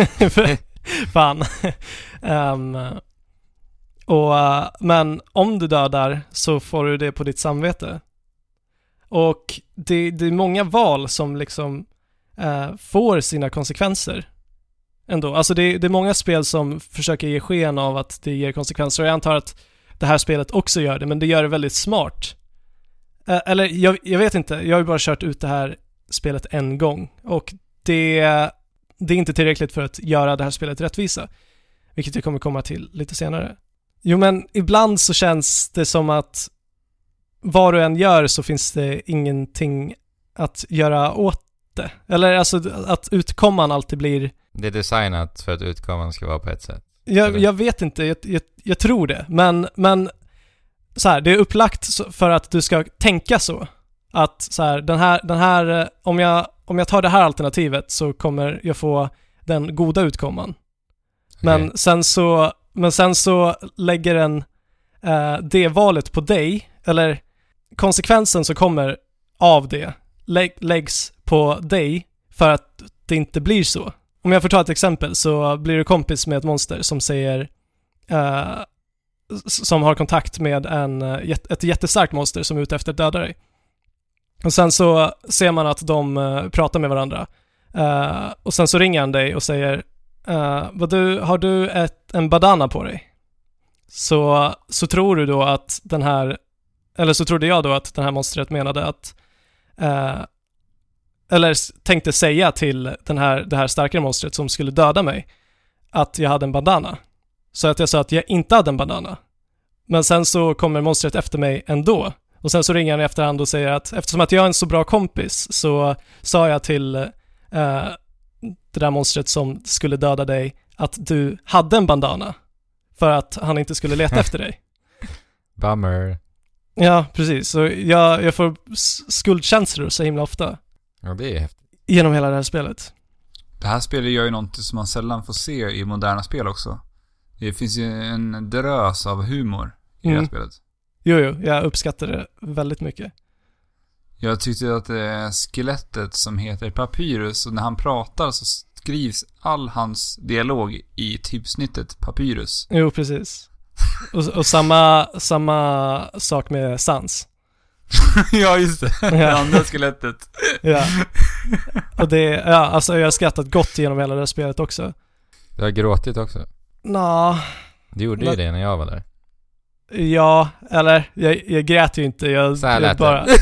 Fan. um, och, uh, men om du dödar så får du det på ditt samvete. Och det, det är många val som liksom uh, får sina konsekvenser ändå. Alltså det, det är många spel som försöker ge sken av att det ger konsekvenser. Och jag antar att det här spelet också gör det, men det gör det väldigt smart. Uh, eller jag, jag vet inte, jag har ju bara kört ut det här spelet en gång. Och det, det är inte tillräckligt för att göra det här spelet rättvisa. Vilket jag kommer komma till lite senare. Jo, men ibland så känns det som att vad du än gör så finns det ingenting att göra åt det. Eller alltså att utkomman alltid blir... Det är designat för att utkomman ska vara på ett sätt. Jag, jag vet inte, jag, jag, jag tror det. Men, men så här, det är upplagt för att du ska tänka så. Att så här, den här, den här om, jag, om jag tar det här alternativet så kommer jag få den goda utkomman. Men, Okej. sen så, men sen så lägger den eh, det valet på dig, eller konsekvensen som kommer av det lä- läggs på dig för att det inte blir så. Om jag får ta ett exempel så blir du kompis med ett monster som säger eh, som har kontakt med en, ett jättestarkt monster som är ute efter att döda dig. Och sen så ser man att de uh, pratar med varandra. Uh, och sen så ringer han dig och säger uh, vad du, har du ett, en bandana på dig? Så, så tror du då att den här, eller så trodde jag då att den här monstret menade att uh, eller tänkte säga till den här, det här starkare monstret som skulle döda mig att jag hade en bandana. Så att jag sa att jag inte hade en bandana. Men sen så kommer monstret efter mig ändå. Och sen så ringer han i efterhand och säger att eftersom att jag är en så bra kompis så sa jag till uh, det där monstret som skulle döda dig att du hade en bandana för att han inte skulle leta efter dig. Bummer. Ja, precis. Så jag, jag får skuldkänslor så himla ofta. Ja, det är häftigt. Genom hela det här spelet. Det här spelet gör ju något som man sällan får se i moderna spel också. Det finns ju en drös av humor i Mm. det här spelet. Jo, jo, jag uppskattar det väldigt mycket. Jag tyckte att det är skelettet som heter Papyrus, och när han pratar så skrivs all hans dialog i typsnittet Papyrus. Jo, precis. Och, och samma, samma sak med Sans. Ja, just det. Ja. Det andra skelettet. Ja. Och det, ja, alltså jag har skrattat gott genom hela det här spelet också. Du har gråtit också. Nå, Du gjorde Men- ju det när jag var där. ja, eller jag, jag grät ju inte. Jag Så här blev lät det. bara...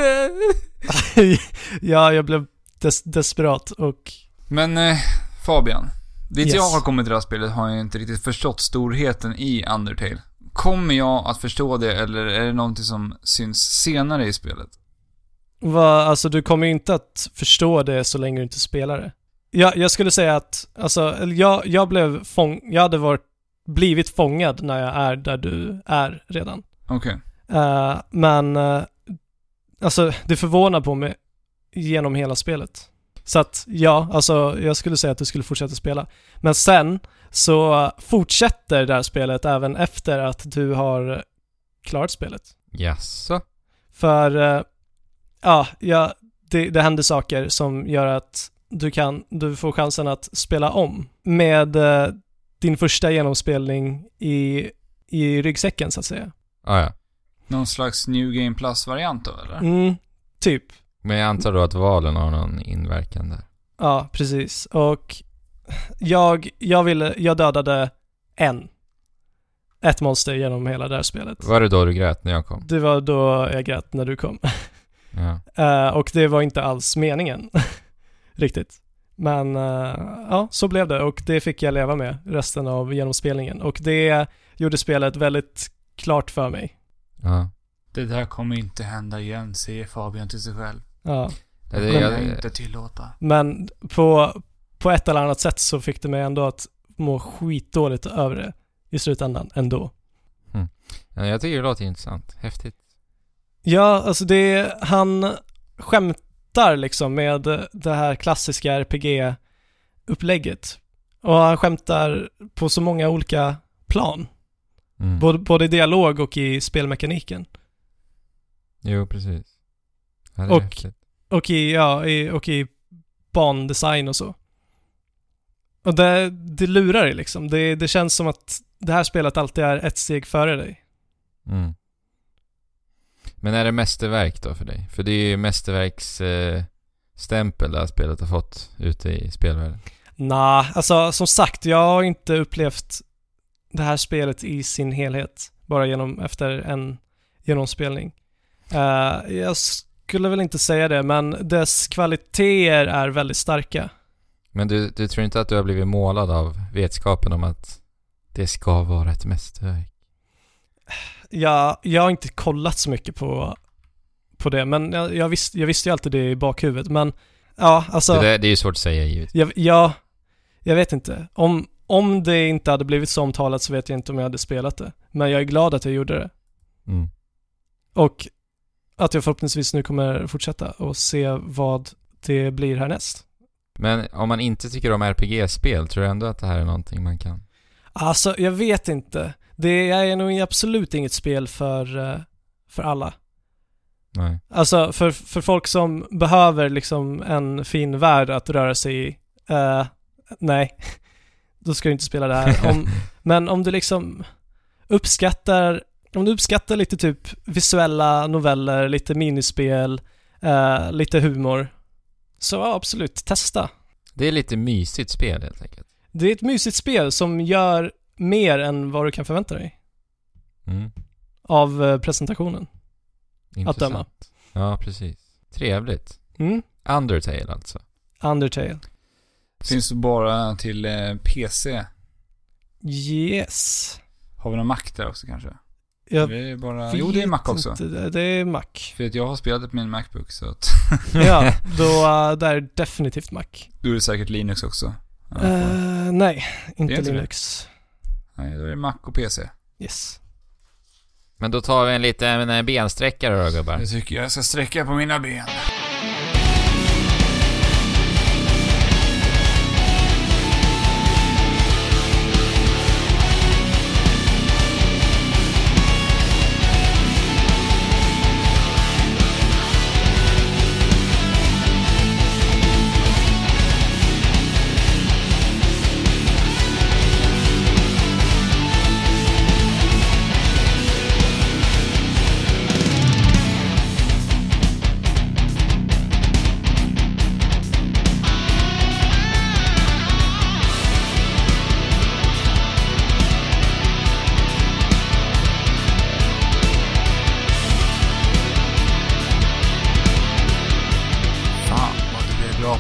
ja, jag blev des- desperat och... Men eh, Fabian, dit Yes. jag har kommit till det här spelet har jag inte riktigt förstått storheten i Undertale. Kommer jag att förstå det, eller är det någonting som syns senare i spelet? Va, alltså du kommer ju inte att förstå det så länge du inte spelar det. Jag, jag skulle säga att, alltså, eller jag, jag blev fång... Jag hade varit, blivit fångad när jag är där du är redan. Okej. Eh, men, uh, alltså det förvånar på mig genom hela spelet. Så att, ja, alltså jag skulle säga att du skulle fortsätta spela. Men sen så fortsätter det här spelet även efter att du har klarat spelet. Jaså? För, uh, ja, ja det, det händer saker som gör att du kan, du får chansen att spela om med uh, din första genomspelning i, i ryggsäcken så att säga. Ah, ja. Någon slags New Game Plus-variant då, eller? Mm, typ. Men jag antar då att valen har någon inverkan där. Ja, precis. Och jag, jag ville, jag dödade en. Ett monster genom hela det här spelet. Var det då du grät när jag kom? Det var då jag grät när du kom. Ja. Uh, och det var inte alls meningen. Riktigt. Men uh, ja, så blev det. Och det fick jag leva med resten av genomspelningen. Och det gjorde spelet väldigt klart för mig. Ja. Det där kommer inte hända igen, säger Fabian till sig själv. Ja. Det, Det det, kommer jag, jag inte tillåta. Men på, på ett eller annat sätt så fick det mig ändå att må skitdåligt över det i slutändan ändå. ja, jag tycker det låter intressant. Häftigt. Ja, alltså det, han skämtar liksom med det här klassiska R P G-upplägget. Och han skämtar på så många olika plan. Mm. Både, både i dialog och i spelmekaniken. Jo, precis. Ja, det är Och- häftigt. Och i, ja, i, och i bandesign och så. Och det, det lurar dig liksom. Det, det känns som att det här spelet alltid är ett steg före dig. Mm. Men är det mästerverk då för dig? För det är ju mästerverks eh, stämpel det här spelet har fått ute i spelvärlden. Nah, alltså som sagt, jag har inte upplevt det här spelet i sin helhet. Bara genom, efter en genomspelning. Uh, jag skulle väl inte säga det, men dess kvaliteter är väldigt starka. Men du, du tror inte att du har blivit målad av vetskapen om att det ska vara ett mästerverk? Jag, jag har inte kollat så mycket på, på det, men jag, jag, visst, jag visste ju alltid det i bakhuvudet. Men ja, alltså... Det, där, det är ju svårt att säga givet. Jag, jag, jag vet inte. Om, om det inte hade blivit så omtalat så vet jag inte om jag hade spelat det. Men jag är glad att jag gjorde det. Mm. Och att jag förhoppningsvis nu kommer fortsätta och se vad det blir härnäst. Men om man inte tycker om R P G-spel, tror du ändå att det här är någonting man kan? Alltså, jag vet inte. Det är nog absolut inget spel för, eh, för alla. Nej. Alltså, för, för folk som behöver liksom en fin värld att röra sig i. Uh, nej, då ska du inte spela det här. Om, men om du liksom uppskattar, om du uppskattar lite typ visuella noveller, lite minispel, uh, lite humor, så ja, absolut, testa. Det är lite mysigt spel helt enkelt. Det är ett mysigt spel som gör mer än vad du kan förvänta dig Mm. av uh, presentationen. Intressant. Att döma. Ja, precis. Trevligt. Mm? Undertale alltså. Undertale. Finns det bara till eh, P C? Yes. Har vi någon Mac där också kanske? Jag Det är bara... Jo, det är Mac också. Inte, det är Mac. För att jag har spelat det på min Macbook, så att... Ja, då uh, där är definitivt Mac. Då är det säkert Linux också. Ja, Uh, nej, inte inte det? Linux. Nej, då är det Mac och P C. Yes. Men då tar vi en liten en bensträckare då, gubbar. Det tycker jag. Jag ska sträcka på mina ben.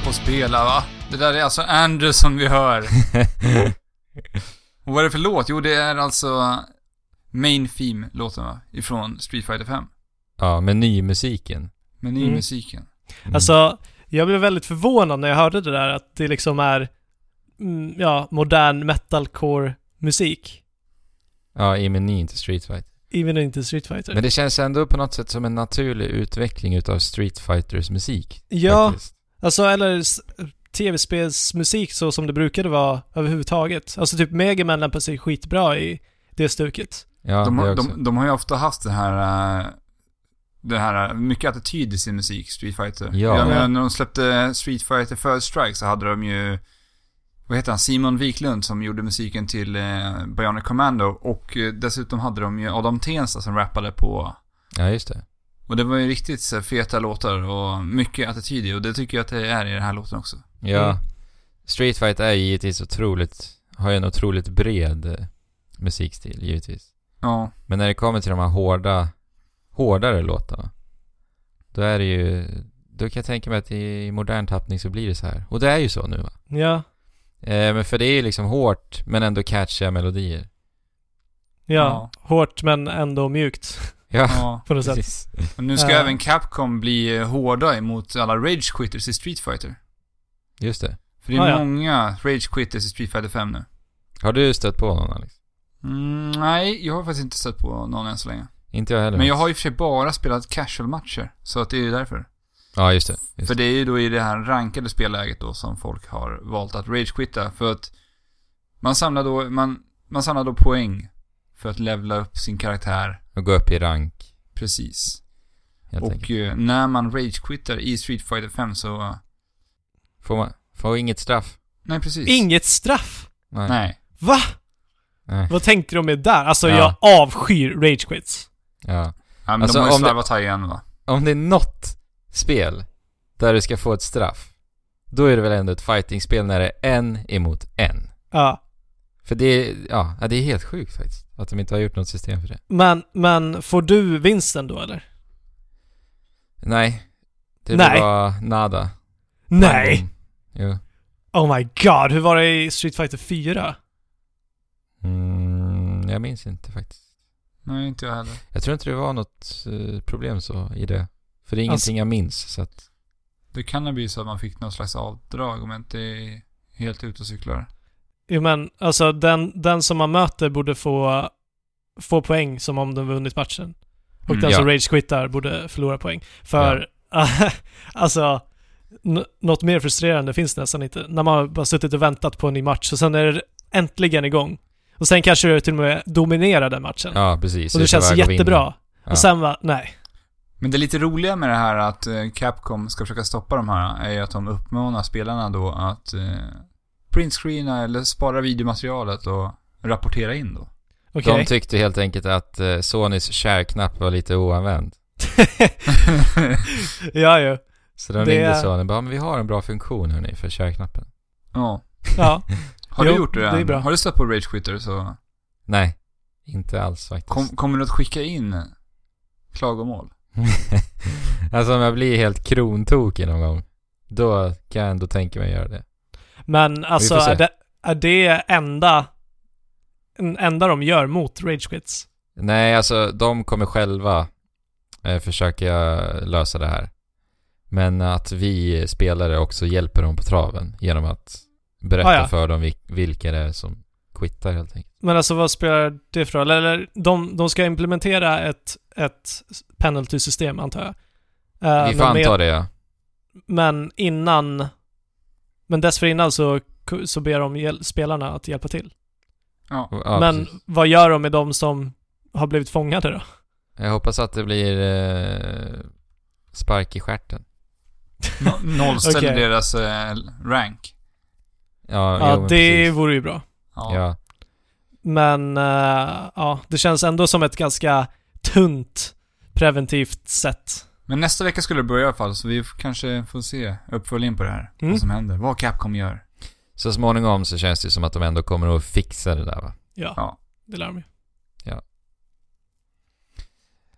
få spela, va? Det där är alltså Andrew som vi hör. Och vad är det för låt? Jo, det är alltså main theme-låten, va? Ifrån Street Fighter fem. Ja, med ny musiken. Med ny Mm. musiken. Mm. Alltså, jag blev väldigt förvånad när jag hörde det där, att det liksom är mm, ja, modern metalcore-musik. Ja, i menyn till Street Fighter. Even inte Street Fighter. Men det känns ändå på något sätt som en naturlig utveckling utav Street Fighters musik. Ja, faktiskt. alltså, eller s- tv-spelsmusik så som det brukade vara överhuvudtaget. Alltså typ Mega Man lämpar sig skitbra i det stuket. Ja, de, det har, också. de, de har ju ofta haft det här... Uh, det här, mycket attityd i sin musik, Street Fighter. Ja. Jag menar, Ja. när de släppte Street Fighter First Strike så hade de ju... Vad heter han? Simon Wiklund som gjorde musiken till eh, Bionic Commando. Och eh, dessutom hade de ju Adam Tensta som rappade på... Ja, just det. Och det var ju riktigt så, feta låtar och mycket attityd i. Och det tycker jag att det är i den här låten också. Ja. Mm. Street Fighter är givetvis otroligt... Har ju en otroligt bred eh, musikstil, givetvis. Ja. Men när det kommer till de här hårda... Hårdare låtarna. Då är det ju... Då kan jag tänka mig att i modern tappning så blir det så här. Och det är ju så nu, va? Ja, Eh, men för det är ju liksom hårt, men ändå catchiga melodier. ja, Ja. hårt men ändå mjukt Ja, Ja. på något sätt. precis. Och nu ska Ja. även Capcom bli eh, hårda emot alla rage quitters i Street Fighter. Just det. För det är Ah, ja. många rage quitters i Street Fighter fem nu. Har du stött på någon, Alex? Mm, nej, jag har faktiskt inte stött på någon än så länge. Inte jag heller. Men jag har ju för sig bara spelat casual-matcher. Så att det är ju därför. Ja, just det. Just För det. det är ju då i det här rankade spelläget då som folk har valt att rage-quitta. För att man samlar då, man, man samlar då poäng för att levla upp sin karaktär. Och gå upp i rank, Precis. helt Och enkelt. eh, när man rage-quittar i Street Fighter fem så... Får man... Får inget straff? Nej, precis. Inget straff! Nej. Nej. Va? Nej. Vad tänker de med där? Alltså, Ja. jag avskyr rage quits. Ja. Ja, men Alltså, de har ju om det- slarvat här igen, va? Om det är något spel där du ska få ett straff, då är det väl ändå ett fightingspel när det är en emot en. Ja. För det är... Ja, ja, det är helt sjukt faktiskt. Att de inte har gjort något system för det. Men, men får du vinsten då, eller? Nej. Det Nej. var nada. Nej! Jo. Oh my god, hur var det i Street Fighter fyra? Mm, jag minns inte faktiskt. Nej, inte jag heller. Jag tror inte det var något eh, problem så i det. För det är ingenting Alltså- jag minns, så att... Det kan ha blivit så att man fick någon slags avdrag om jag inte är helt ute och cyklar. Jo men, alltså den, den som man möter borde få, få poäng som om de vunnit matchen. Och Mm, den ja. som rage-quittar borde förlora poäng. För, alltså, n- något mer frustrerande finns det nästan inte. När man bara suttit och väntat på en ny match och sen är det äntligen igång. Och sen kanske du till och med dominerar den matchen. Ja, precis. och det Så är känns på väg att vinna. jättebra. Ja. Och sen va, nej. Men det lite roliga med det här att eh, Capcom ska försöka stoppa de här är ju att de uppmanar spelarna då att eh, printscreena eller spara videomaterialet och rapportera in då. Okej. De tyckte helt enkelt att eh, Sonys share-knapp var lite oanvänd. ja, ju. Så de Det ringde är- Sony och bara, men vi har en bra funktion hörni för share-knappen. Ja. Ja. Har Jo, du gjort det, det är än? bra. Har du stött på Rage Quitter så Nej, inte alls faktiskt. kom, kommer du att skicka in klagomål? Alltså om jag blir helt krontokig någon gång, då kan jag ändå tänka mig att göra det. Men alltså, får se. är det, är det enda, en enda de gör mot rage quits? Nej, alltså de kommer själva eh, försöka lösa det här. Men att vi spelare också hjälper dem på traven genom att berätta Ah, ja. för dem vil- vilka det är som quittar helt enkelt. Men alltså vad spelar det för roll? Eller de, de ska implementera ett, ett penalty-system antar jag. Eh, vi får men med- anta det, ja. Men innan, men dessförinnan så, så ber de hjäl- spelarna att hjälpa till. Ja. ja men precis. vad gör de med de som har blivit fångade då? Jag hoppas att det blir eh, spark i stjärten. No- nollställer Okej. deras eh, rank. Ja, Ja, jo, men det precis. vore ju bra. Ja. Ja. Men eh, ja, det känns ändå som ett ganska tunt preventivt sätt. Men nästa vecka skulle det börja i alla fall, så vi f- kanske får se uppföljning på det här. Mm. Vad som händer. Vad Capcom gör. Så småningom så känns det som att de ändå kommer att fixa det där, va? Ja, Ja. det lär de ju.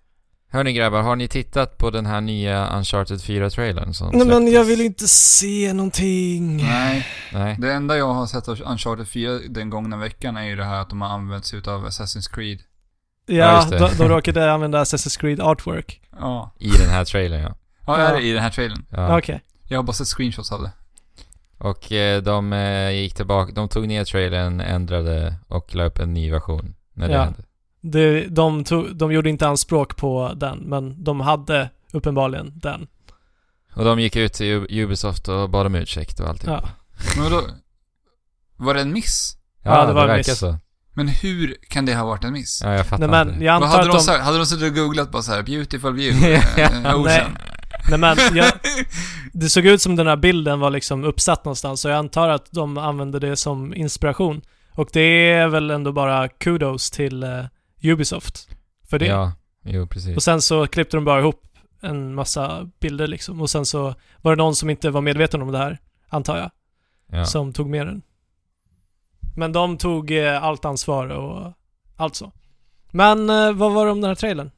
Hörni grabbar, har ni tittat på den här nya Uncharted fyra-trailern som Nej, men släpptes? jag vill inte se någonting. Nej. Nej. Det enda jag har sett av Uncharted fyra den gångna veckan är ju det här att de har använt sig av Assassin's Creed. Ja, Ja, just det. de, de råkade använda Assassin's Creed artwork. Ja. I den här trailern, ja. Ja, är det i den här trailern? ja. Okej. Jag har bara sett screenshots av det. Och eh, de eh, gick tillbaka, de tog ner trailern, ändrade och la upp en ny version när det Ja. hände. Det, de, tog, de gjorde inte anspråk på den, men de hade uppenbarligen den. Och de gick ut till U- Ubisoft och bad om ursäkt och allt. Ja. Men vadå? Var det en miss? Ja, Ja, det det, var en verkar miss. så. Men hur kan det ha varit en miss? Ja, jag fattar Nej, inte men det. jag Vad antar hade att de de... sagt? Hade de suttit och googlat bara så här beautiful view? eh, ocean. Nej, men jag, det såg ut som den här bilden var liksom uppsatt någonstans, så jag antar att de använde det som inspiration. Och det är väl ändå bara kudos till uh, Ubisoft för det. Ja, jo precis. Och sen så klippte de bara ihop en massa bilder liksom. Och sen så var det någon som inte var medveten om det här, antar jag, Ja. som tog med den. Men de tog eh, allt ansvar och allt så. Men eh, vad var det om den här trailern?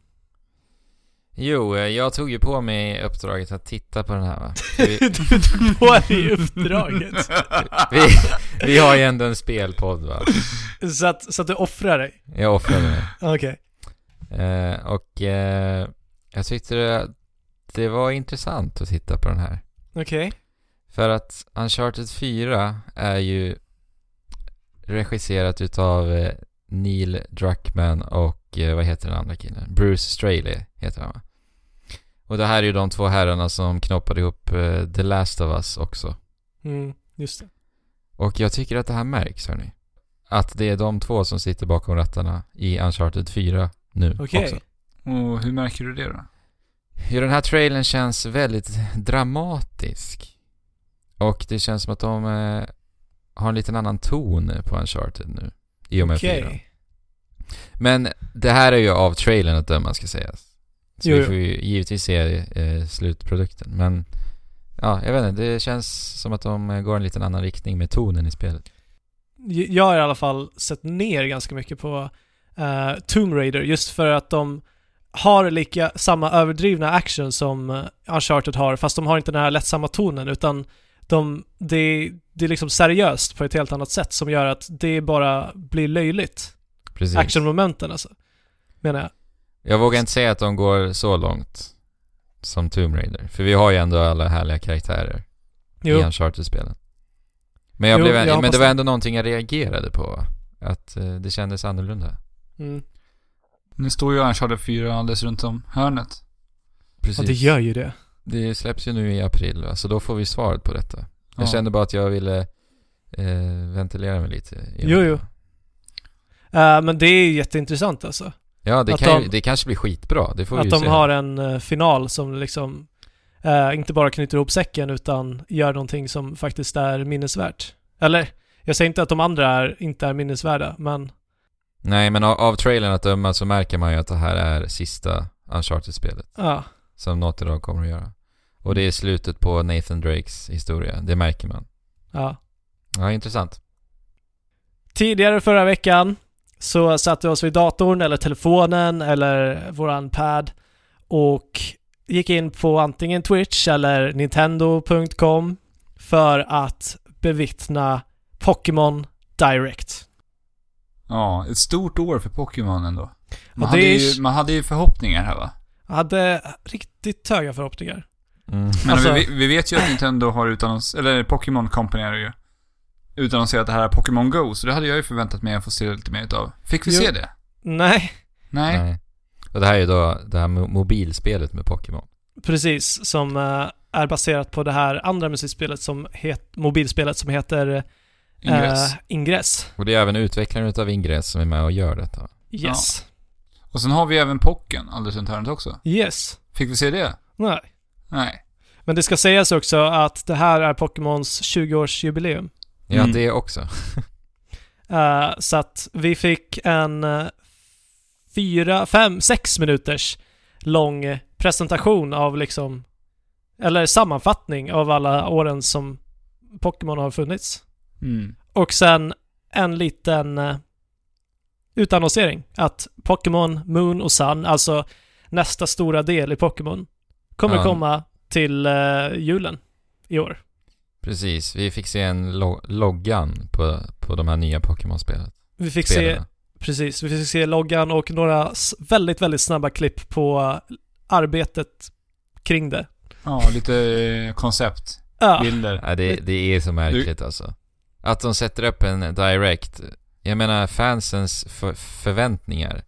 Jo, eh, jag tog ju på mig uppdraget att titta på den här, va? Vi, Du tog på dig uppdraget. vi, vi har ju ändå en spelpodd, va? Så att, så att du offrar dig. Jag offrade mig. Okej. Eh, och eh, jag tyckte det, det var intressant att titta på den här. Okej. För att Uncharted fyra är ju regisserat utav eh, Neil Druckmann och eh, vad heter den andra killen? Bruce Straley heter han, va? Och det här är ju de två herrarna som knoppade ihop eh, The Last of Us också. Mm, just det. Och jag tycker att det här märks, hörni. Att det är de två som sitter bakom rattarna i Uncharted fyra nu Okej. också. Och hur märker du det då? Hur den här trailern känns väldigt dramatisk. Och det känns som att de eh, har en liten annan ton på Uncharted nu. I och med Okej. fyra. Men det här är ju av trailern att döma, ska sägas. Så Jo, vi jo. får ju givetvis se eh, slutprodukten. Men ja, jag vet inte. Det känns som att de eh, går en liten annan riktning med tonen i spelet. J- Jag har i alla fall sett ner ganska mycket på uh, Tomb Raider, just för att de har lika samma överdrivna action som uh, Uncharted har, fast de har inte den här lättsamma tonen, utan de, det, det är liksom seriöst på ett helt annat sätt som gör att det bara blir löjligt. Precis. Actionmomenten alltså, menar jag. Jag vågar inte säga att de går så långt som Tomb Raider. För vi har ju ändå alla härliga karaktärer Jo, i Uncharted-spelen. Men, jag Jo, blev, jag men hoppas det var det. ändå någonting jag reagerade på. Att eh, det kändes annorlunda. mm. Nu står ju Uncharted fyra alldeles runt om hörnet. Precis. Ja, det gör ju det. Det släpps ju nu i april, va? Så då får vi svaret på detta. Jag Ja. kände bara att jag ville eh, ventilera mig lite. Jo, jo. Uh, men det är jätteintressant alltså. Ja, det, Att kan ju, de- det kanske blir skitbra. Det får vi Att ju de se. har en uh, final som liksom uh, inte bara knyter ihop säcken utan gör någonting som faktiskt är minnesvärt. Eller, jag säger inte att de andra är, inte är minnesvärda, men Nej, men av, av trailern att döma så märker man ju att det här är sista Uncharted-spelet ja. som Naughty Dog kommer att göra. Och det är slutet på Nathan Drakes historia. Det märker man. ja. Ja, intressant. Tidigare förra veckan så satte vi oss vid datorn eller telefonen eller våran pad och gick in på antingen Twitch eller Nintendo punkt com för att bevittna Pokémon Direct. Ja, ett stort år för Pokémon ändå. Man, Ja, hade, det är- ju, man hade ju förhoppningar här, va? Jag hade riktigt höga förhoppningar. Mm. Men Alltså- vi, vi vet ju att Nintendo har utannons, eller Pokémon Company är det ju, utannonserat att det här är Pokémon Go, så det hade jag ju förväntat mig att få se lite mer utav. Fick vi Jo. se det? Nej, Nej. Nej. Och det här är ju då det här mo- mobilspelet med Pokémon. precis, som eh, är baserat på det här andra musikspelet som het, mobilspelet som heter eh, Ingress. Ingress. Och det är även utvecklaren utav Ingress som är med och gör detta. Yes. Och sen har vi även Pocken alldeles runt hörnet också. Yes. Fick vi se det? Nej. Nej. Men det ska sägas också att det här är Pokémons tjugo-årsjubileum. Ja, Mm. det också. Uh, så att vi fick en uh, fyra, fem, sex minuters lång presentation av liksom, eller sammanfattning av alla åren som Pokémon har funnits. Mm. Och sen en liten uh, utannonsering att Pokémon Moon och Sun, alltså nästa stora del i Pokémon kommer Ja. komma till uh, julen i år. Precis, vi fick se en lo- loggan på, på de här nya Pokémon-spelen. Vi fick se, precis, vi fick se loggan och några s- väldigt, väldigt snabba klipp på arbetet kring det. Ja, lite eh, koncept. Ja, Bilder. Ja, det, det är så märkligt alltså. Att de sätter upp en direct. Jag menar, fansens för- förväntningar.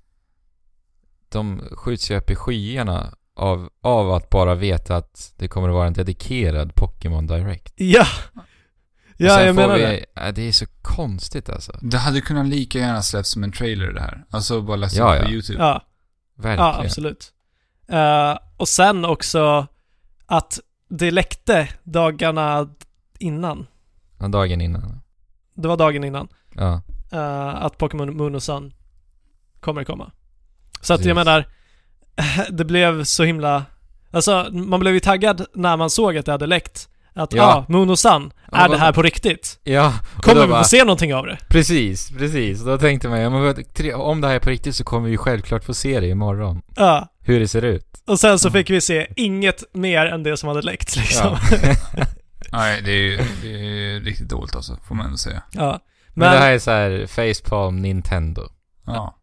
De skjuts ju upp i skyarna av, av att bara veta att det kommer att vara en dedikerad Pokémon Direct. ja, Och ja sen jag får menar vi, det. ja, det är så konstigt alltså. Det hade kunnat lika gärna släppts som en trailer det här. Alltså bara läsa Ja, upp på ja. YouTube. Ja, Verkligen. ja absolut. Uh, och sen också att det läckte dagarna innan. Ja, dagen innan. Det var dagen innan. Ja. Uh, att Pokémon Moon och Sun kommer komma. Så att Precis. jag menar, det blev så himla... Alltså, man blev ju taggad när man såg att det hade läckt. Att, ja, Ja. ah, Moon och Sun, Ja, är det vad- här på riktigt? Ja. och Kommer då vi bara- få se någonting av det? Precis, precis. Då tänkte man, ja, men vad- tre- om det här är på riktigt så kommer vi ju självklart få se det imorgon. Ja. Hur det ser ut. Och sen så fick vi se inget mer än det som hade läckt liksom. Ja. Nej, det är ju det är riktigt dåligt alltså, får man ändå säga. Ja. Men, det här är så här facepalm Nintendo. Ja.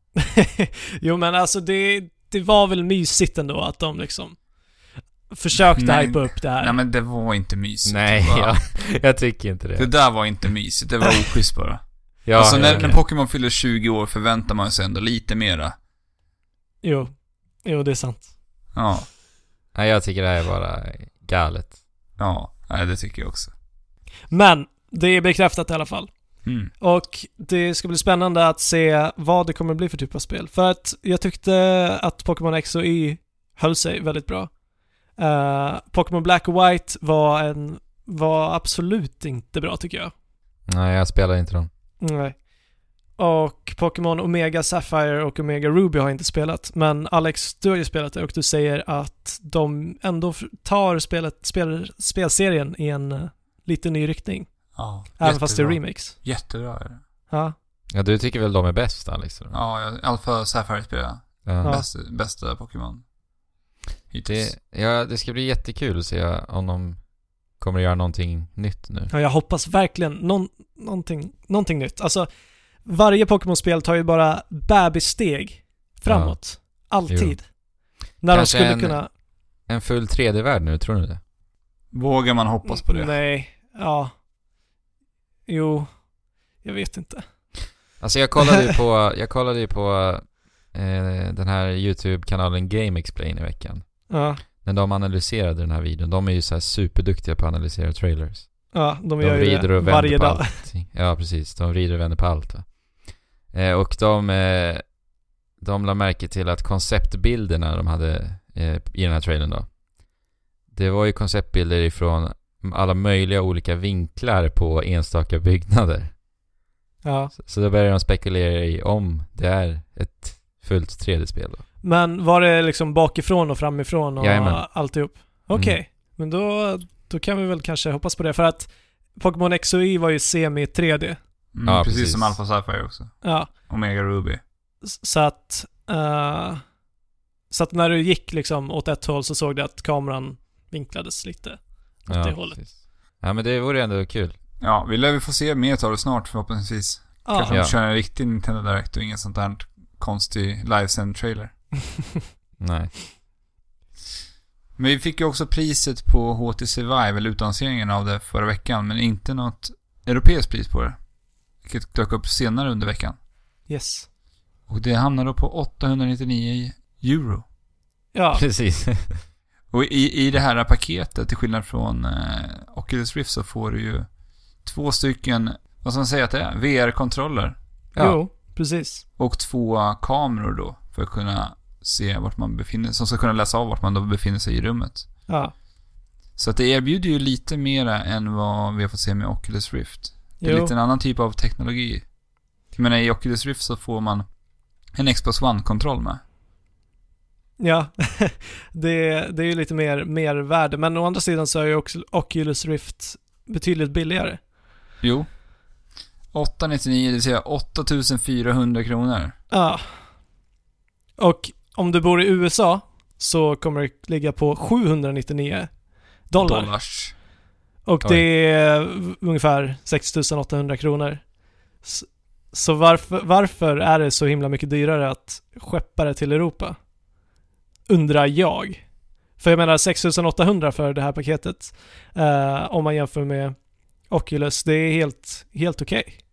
Jo men alltså det, det var väl mysigt ändå att de liksom försökte Nej. hypa upp det här. Nej, men det var inte mysigt. Nej, Det var- ja, jag tycker inte det. Det där var inte mysigt, det var oschysst bara. Ja, alltså när, ja, när ja. Pokémon fyller tjugo år förväntar man sig ändå lite mera. Jo. Jo, det är sant. Ja, Nej, jag tycker det här är bara galet. ja, nej, det tycker jag också. Men det är bekräftat i alla fall. Mm. Och det ska bli spännande att se vad det kommer bli för typ av spel. För att jag tyckte att Pokémon X och Y höll sig väldigt bra. Uh, Pokémon Black och White var en var absolut inte bra tycker jag. Nej, jag spelar inte dem. Nej. Och Pokémon Omega Sapphire och Omega Ruby har jag inte spelat. Men Alex, du har ju spelat det och du säger att de ändå f- tar spelet, spel, spelserien i en uh, lite ny riktning. Ja, Även fast det är jättebra. remakes. Jättebra är det. Ja. Ja, du tycker väl de är bäst, Alex? eller? Ja, jag- Alpha Sapphire spelar jag. Ja. Ja. Bästa, bästa Pokémon. Hittills. Det, ja, det ska bli jättekul att se om de kommer att göra någonting nytt nu. Ja, jag hoppas verkligen någon, någonting, någonting nytt. Alltså, varje Pokémon-spel tar ju bara bebissteg framåt. Alltid. När Kanske de skulle en- kunna... En full tre D-värld nu, tror ni det? Vågar man hoppas på det? Nej, ja. Jo, jag vet inte. Alltså jag kollade ju på, jag kollade ju på eh, den här YouTube-kanalen Game Explain i veckan. Ja, När de analyserade den här videon. De är ju så här superduktiga på att analysera trailers. ja de, De gör ju vrider det och vänder varje på dag. allting. Ja, precis. De vrider och vänder på allt. Va? Eh, och de, eh, de la märke till att konceptbilderna de hade eh, i den här trailern då. Det var ju konceptbilder ifrån alla möjliga olika vinklar på enstaka byggnader. Ja. Så, så då började de spekulera i om det är ett fullt tre D-spel då. Men var det liksom bakifrån och framifrån och Jajamän. alltihop? Okej, Mm. men då, då kan vi väl kanske hoppas på det. För att Pokémon X och Y var ju semi tre D. Mm, Ja, precis, precis. som Alpha Sapphire också. Ja, Omega Ruby. s- så att... eh, så att när du gick liksom åt ett håll så såg du att kameran vinklades lite åt det hållet. precis. Ja, men det vore ändå kul. Ja, vi lär vi få se mer av det snart förhoppningsvis. Kanske Ja. de kör en riktig Nintendo Direct och ingen sånt där konstig live-sänd trailer. Nej. Men vi fick ju också priset på H T C Vive, eller utannonseringen av det förra veckan, men inte något europeiskt pris på det. Vilket dök upp senare under veckan. Yes. Och det hamnar då på åttahundranittionio euro. Ja, Precis. Och i, i det här paketet, till skillnad från eh, Oculus Rift, så får du ju två stycken, vad ska man säga att det är? V R-kontroller. Ja. jo, precis. Och två kameror då, för att kunna se vart man befinner sig, som ska kunna läsa av vart man då befinner sig i rummet. Ja, Så att det erbjuder ju lite mera än vad vi har fått se med Oculus Rift. Det är jo. lite en annan typ av teknologi. Jag menar, i Oculus Rift så får man en Xbox One-kontroll med. Ja, det, det är ju lite mer, mer värde. Men å andra sidan så är ju också Oculus Rift betydligt billigare. Jo. åttahundranittionio, det vill säga åttatusen fyrahundra kronor. Ja. Och om du bor i U S A så kommer det ligga på sjuhundranittionio dollar. Dollars. Och Oj. det är ungefär sex tusen åttahundra kronor. Så, så varför, varför är det så himla mycket dyrare att skeppa det till Europa? Undrar jag. För jag menar sex tusen åttahundra för det här paketet, eh, om man jämför med Oculus, det är helt, helt okej. Okay.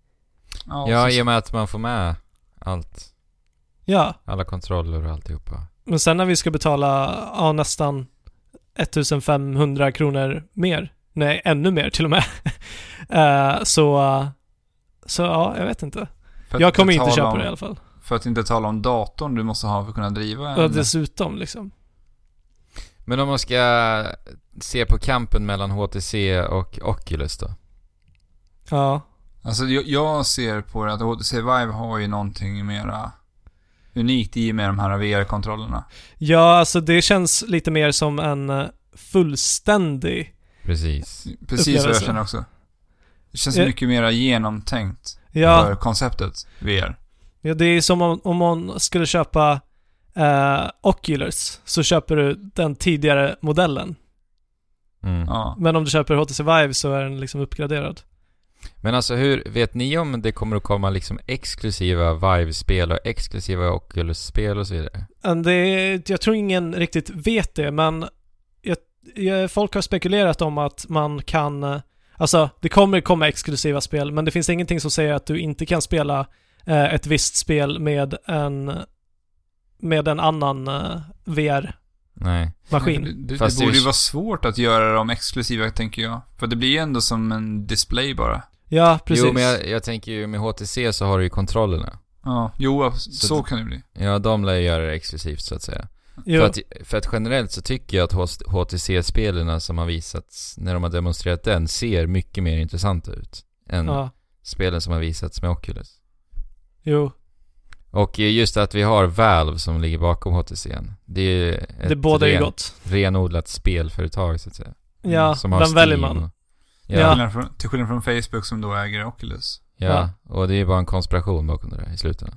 Ja, Ja, så- i och med att man får med allt. Ja, Alla kontroller och alltihopa. men sen när vi ska betala ja, nästan femtonhundra kronor mer, nej ännu mer till och med, eh, så, så ja, jag vet inte. för att Jag kommer inte tala köpa om, det i alla fall. För att inte tala om datorn du måste ha för att kunna driva en. Och dessutom liksom. Men om man ska se på kampen mellan H T C och Oculus då? Ja. Alltså jag, jag ser på det att H T C Vive har ju någonting mera unikt i med de här V R-kontrollerna. Ja, alltså det känns lite mer som en eh, fullständig. Precis. Precis vad jag Upplevelse. känner också. Det känns Ja. mycket mera genomtänkt Ja, för konceptet V R. ja det är som om, om man skulle köpa eh, Oculus, så köper du den tidigare modellen. Mm. Ja. Men om du köper H T C Vive så är den liksom uppgraderad. Men alltså hur, vet ni om det kommer att komma liksom exklusiva Vive-spel och exklusiva Oculus-spel och så vidare? Men det är, jag tror ingen riktigt vet det, men jag, jag, folk har spekulerat om att man kan, eh, alltså det kommer komma exklusiva spel, men det finns ingenting som säger att du inte kan spela eh, ett visst spel med en med en annan eh, V R-maskin. Nej. Det, det, Fast det borde det är ju ju- vara svårt att göra dem exklusiva, tänker jag. För det blir ju ändå som en display bara. Ja, precis. Jo, men jag, jag tänker ju med H T C så har du ju kontrollerna. Ja, jo, så, Så så det- kan det bli. Ja, de lär ju göra det exklusivt så att säga. Jo. För att, för att generellt så tycker jag att H T C-spelarna som har visats när de har demonstrerat den ser mycket mer intressanta ut än Ja, spelen som har visats med Oculus. jo. Och just att vi har Valve som ligger bakom H T C. Det är ett Det båda är ju ren, gott. renodlat spelföretag så att säga. Ja, Som har vem Steam väljer man? och- Till Ja, ja. skillnad från, till skillnad från Facebook som då äger Oculus. Ja. Och det är bara en konspiration bakom det där i slutändan.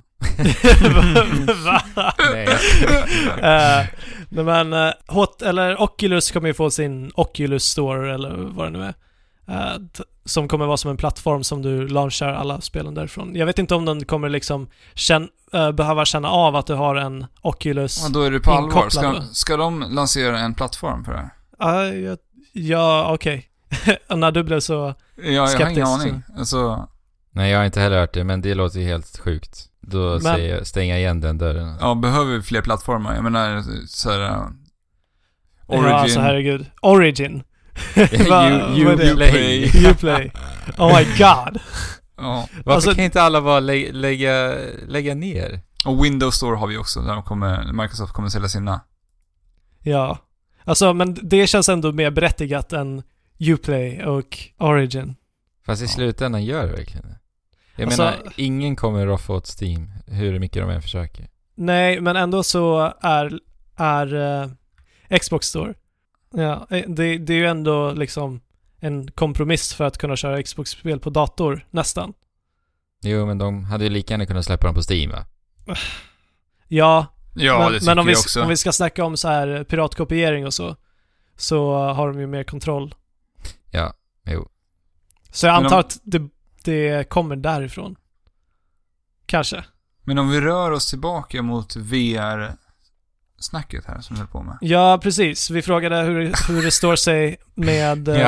Va? Nej, jag- Eh, nej men uh, Hot, eller Oculus kommer ju få sin Oculus Store eller vad det nu är. Eh, t- som kommer vara som en plattform som du launchar alla spelen därifrån. Jag vet inte om den kommer liksom känn, uh, behöva känna av att du har en Oculus. Ja, då är det på allvar. Inkopplad Ska, då. ska de lansera en plattform för det här? Ja, ja, ja okej. När du blev så... Ja, jag har Skeptisk, ingen aning. Alltså, Nej, jag har inte heller hört det, men det låter ju helt sjukt. Då Men- säger jag stänga igen den dörren. ja, behöver vi fler plattformar? Jag menar, så här, uh, Origin. Ja, alltså herregud. Origin. Va- you, vad är you det? play. Uplay. Oh my god. Ja. Varför Alltså- kan inte alla bara lä- lägga, lägga ner? Och Windows Store har vi också, där de kommer, Microsoft kommer sälja sina. Ja. Alltså, men det känns ändå mer berättigat än Uplay och Origin. Fast i Ja. slutändan gör det verkligen det. Jag Alltså- menar, ingen kommer roffa åt Steam, hur mycket de än försöker. Nej, men ändå så är, är uh, Xbox Store. Ja, eh, det, det är ju ändå liksom en kompromiss för att kunna köra Xbox-spel på dator, nästan. Jo, men de hade ju lika gärna kunnat släppa dem på Steam, va? Ja, Ja, men, det tycker men om, vi, jag också. om vi ska snacka om så här piratkopiering och så, så har de ju mer kontroll. Ja, jo. Så jag Men antar om- att det, det kommer därifrån. Kanske. Men om vi rör oss tillbaka mot V R-snacket här som vi höll på med. Ja, precis. Vi frågade hur, hur det står sig med eh, Ja.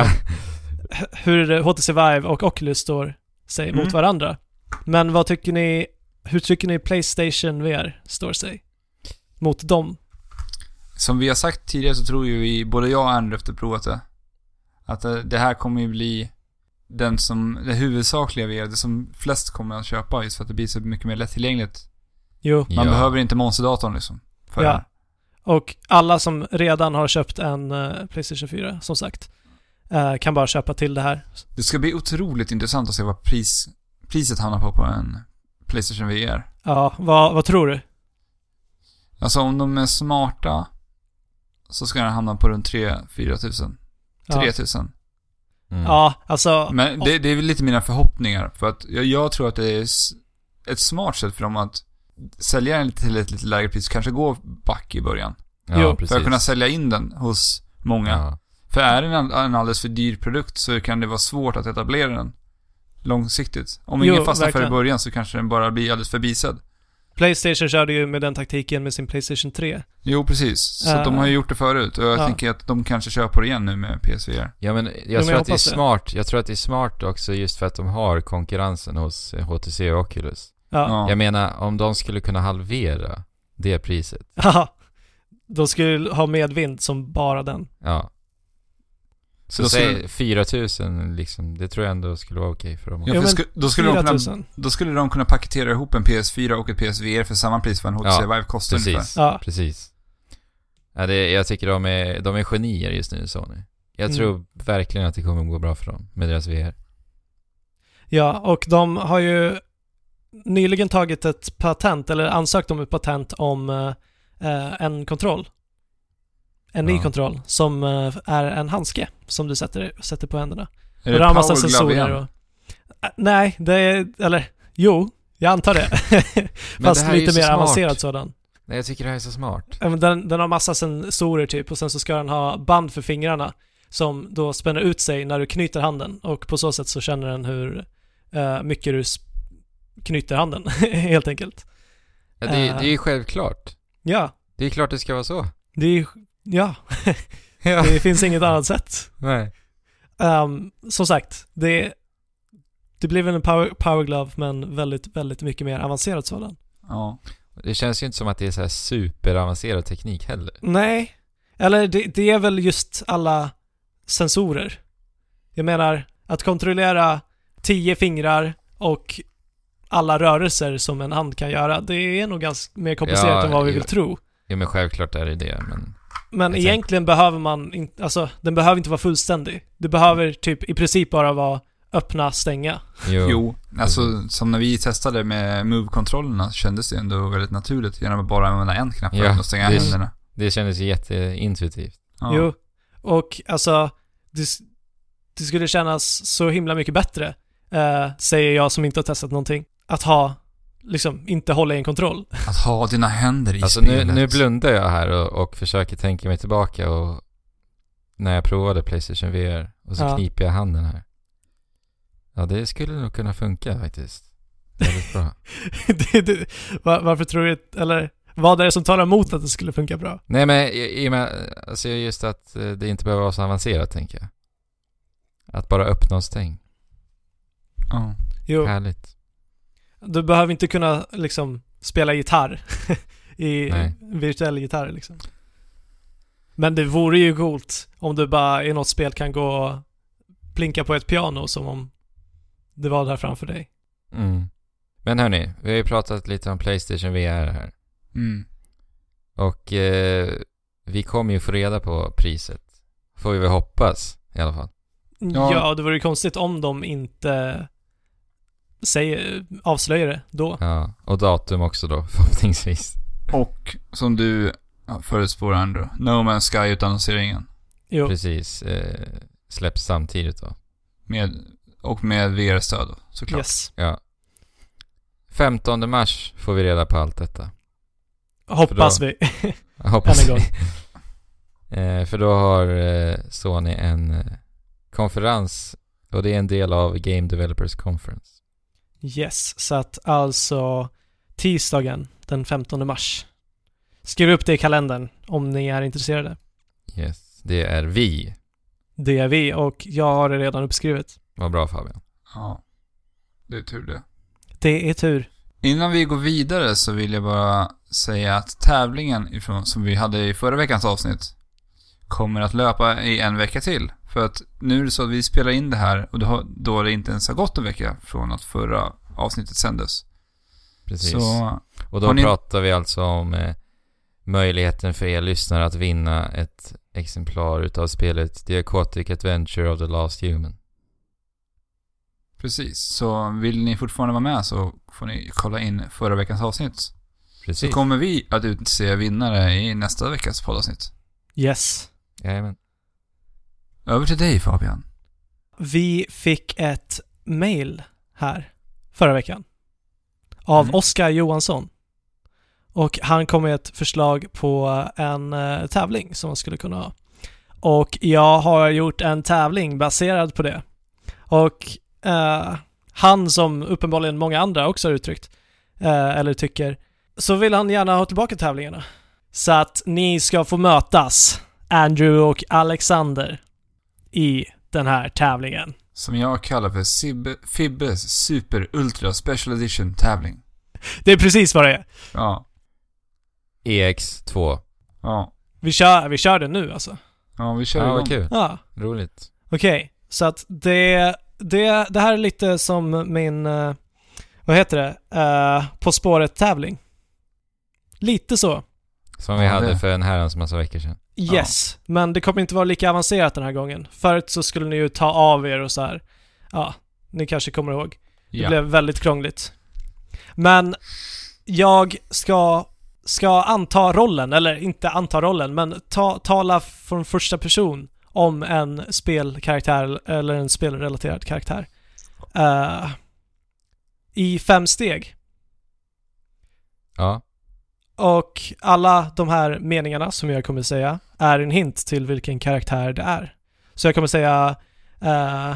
hur H T C Vive och Oculus står sig Mm. mot varandra. Men vad tycker ni, hur tycker ni PlayStation V R står sig mot dem? Som vi har sagt tidigare så tror ju vi, både jag och Andrew efter provat det, att det- det här kommer ju bli den som, det huvudsakliga V R, det som flest kommer att köpa just för att det blir så mycket mer lättillgängligt. Jo, Man Ja. behöver inte monsterdatorn liksom. För Ja. det här. och alla som redan har köpt en eh, PlayStation fyra, som sagt, eh, kan bara köpa till det här. Det ska bli otroligt intressant att se vad pris, priset hamnar på på en PlayStation V R. Ja, vad, vad tror du? Alltså om de är smarta så ska den hamna på runt tre till fyra tusen. Ja. tre tusen. Mm. Ja, alltså... Men det, det är väl lite mina förhoppningar. För att jag, jag tror att det är s- ett smart sätt för dem att sälja den till ett lite lägre pris. Kanske gå back i början. Ja, Jo, precis. För att kunna sälja in den hos många. Ja. För är det en, en alldeles för dyr produkt så kan det vara svårt att etablera den långsiktigt. Om Jo, ingen fastnar för verkligen. i början så kanske den bara blir alldeles förbisedd. PlayStation körde ju med den taktiken med sin PlayStation tre. Jo, precis. Så Uh, att de har ju gjort det förut. Och jag ja. tänker att de kanske kör på det igen nu med P S V R. Ja, men jag Jo, men tror jag att det är hoppas det. smart. Jag tror att det är smart också just för att de har konkurrensen hos eh, H T C och Oculus. Ja. Ja. Jag menar, om de skulle kunna halvera det priset. Haha. De skulle ha medvind som bara den. Ja. Så Då säg skulle- fyra tusen liksom, det tror jag ändå skulle vara okej för dem. Ja, Jo, för men sku- då, skulle de fyra kunna, tusen. då skulle de kunna paketera ihop en P S fyra och ett P S V R för samma pris vad en H T C Ja, Vive kostar ungefär. Precis, Ja. precis. Ja, det, jag tycker de är, de är genier just nu, Sony. Jag Mm. tror verkligen att det kommer gå bra för dem med deras V R. Ja, och de har ju nyligen tagit ett patent, eller ansökt om ett patent om eh, en kontroll. En ny Ja. kontroll som eh, är en handske som du sätter, sätter på händerna. Är Och det det har massa Power Glove sensorer igen? och... Äh, nej, det är... Eller, jo, jag antar det. Men Fast det här är ju lite så mer smart. avancerad sådan. Nej, jag tycker det här är så smart. Ja, men Den, den har massa sensorer typ, och sen så ska den ha band för fingrarna som då spänner ut sig när du knyter handen, och på så sätt så känner den hur eh, mycket du sp- knyter handen, helt enkelt. Ja, det, Eh. det är ju självklart. Ja, Det är klart det ska vara så. det är ja, Ja. det finns inget annat sätt. Nej. Um, som sagt, det, det blir väl en power, power glove, men väldigt, väldigt mycket mer avancerad sådan. Ja. Det känns ju inte som att det är så här superavancerad teknik heller. Nej, eller det, det är väl just alla sensorer. Jag menar, att kontrollera tio fingrar och alla rörelser som en hand kan göra, det är nog ganska mer komplicerat Ja, än vad vi jo. vill tro. Ja, men självklart är det det, men... Men Jag egentligen behöver man inte, alltså den behöver inte vara fullständig. Det behöver typ i princip bara vara öppna, stänga. Jo. Jo, alltså som när vi testade med Move-kontrollerna så kändes det ändå väldigt naturligt genom att bara använda en knapp för Ja, att stänga det- händerna. Det kändes ju jätteintuitivt. Ja. Jo, och alltså det, det skulle kännas så himla mycket bättre, eh, säger jag som inte har testat någonting, att ha, liksom, inte hålla i en kontroll. Att ha dina händer i Alltså nu, spelet. nu blundar jag här och, och försöker tänka mig tillbaka och när jag provade PlayStation V R och så Ja. kniper jag handen här. Ja, det skulle nog kunna funka faktiskt. Väldigt bra. det, det, var, varför tror du, eller vad är det som talar emot att det skulle funka bra? Nej, men i, i och med, alltså just att eh, det inte behöver vara så avancerat, tänker jag. Att bara öppna och stäng. Ja. Jo, Härligt. du behöver inte kunna liksom spela gitarr i Nej. virtuell gitarr liksom. Men det vore ju coolt om du bara i något spel kan gå och plinka på ett piano som om det var där framför dig. Mm. Men hörni, vi har ju pratat lite om PlayStation V R här. Mm. Och eh, vi kommer ju få reda på priset. Får vi väl hoppas i alla fall. Ja, Ja. det vore ju konstigt om de inte säger, avslöjar det då. Ja, och datum också då, förhoppningsvis. Och som du ja, förutspår ändå, No Man's Sky utannonseringen. Jo, Precis. Eh, släpps samtidigt då. Med, och med V R-stöd då, såklart. yes. Ja. femtonde mars får vi reda på allt detta. Hoppas För vi. Jag hoppas Än en gång. eh, För då har eh, Sony en eh, konferens och det är en del av Game Developers Conference. Yes, så att alltså tisdagen den femtonde mars. Skriv upp det i kalendern om ni är intresserade. Yes, det är vi. Det är vi, och jag har det redan uppskrivet. Vad bra, Fabian. Ja, det är tur det. Det är tur. Innan vi går vidare så vill jag bara säga att tävlingen ifrån, som vi hade i förra veckans avsnitt kommer att löpa i en vecka till. För att nu är det så att vi spelar in det här och då har, då har det inte ens har gått en vecka från att förra avsnittet sändes. Precis. Så Och då har ni- pratar vi alltså om eh, möjligheten för er lyssnare att vinna ett exemplar utav spelet The Aquatic Adventure of the Last Human. precis. Så vill ni fortfarande vara med så får ni kolla in förra veckans avsnitt. Så Precis. kommer vi att utse vinnare i nästa veckas poddavsnitt. Yes. Jajamän. Över till dig, Fabian. Vi fick ett mail här förra veckan av Mm. Oskar Johansson. och han kom med ett förslag på en uh, tävling som man skulle kunna ha. Och jag har gjort en tävling baserad på det. Och uh, han, som uppenbarligen många andra också har uttryckt uh, eller tycker, så vill han gärna ha tillbaka tävlingarna. Så att ni ska få mötas, Andrew och Alexander, i den här tävlingen. Som jag kallar för Sib- Fibbes Super Ultra Special Edition tävling. Det är precis vad det är. Ja. E X två. Ja. Vi kör, vi kör det nu alltså. Ja, vi kör Ja, igång. vad kul. Ja. Roligt. Okej, okay. Så att det, det, det här är lite som min, uh, vad heter det, uh, På spåret-tävling. Lite så. Som vi Ja, hade det. för en herrans massa veckor sedan. Yes, ja. Men det kommer inte vara lika avancerat den här gången. Förut så skulle ni ju ta av er och så här. Ja, ni kanske kommer ihåg. Det Ja. blev väldigt krångligt. Men jag ska, ska anta rollen, eller inte anta rollen, men ta, tala från första person om en spelkaraktär eller en spelrelaterad karaktär. Uh, I fem steg. Ja. Och alla de här meningarna som jag kommer säga är en hint till vilken karaktär det är. Så jag kommer säga uh,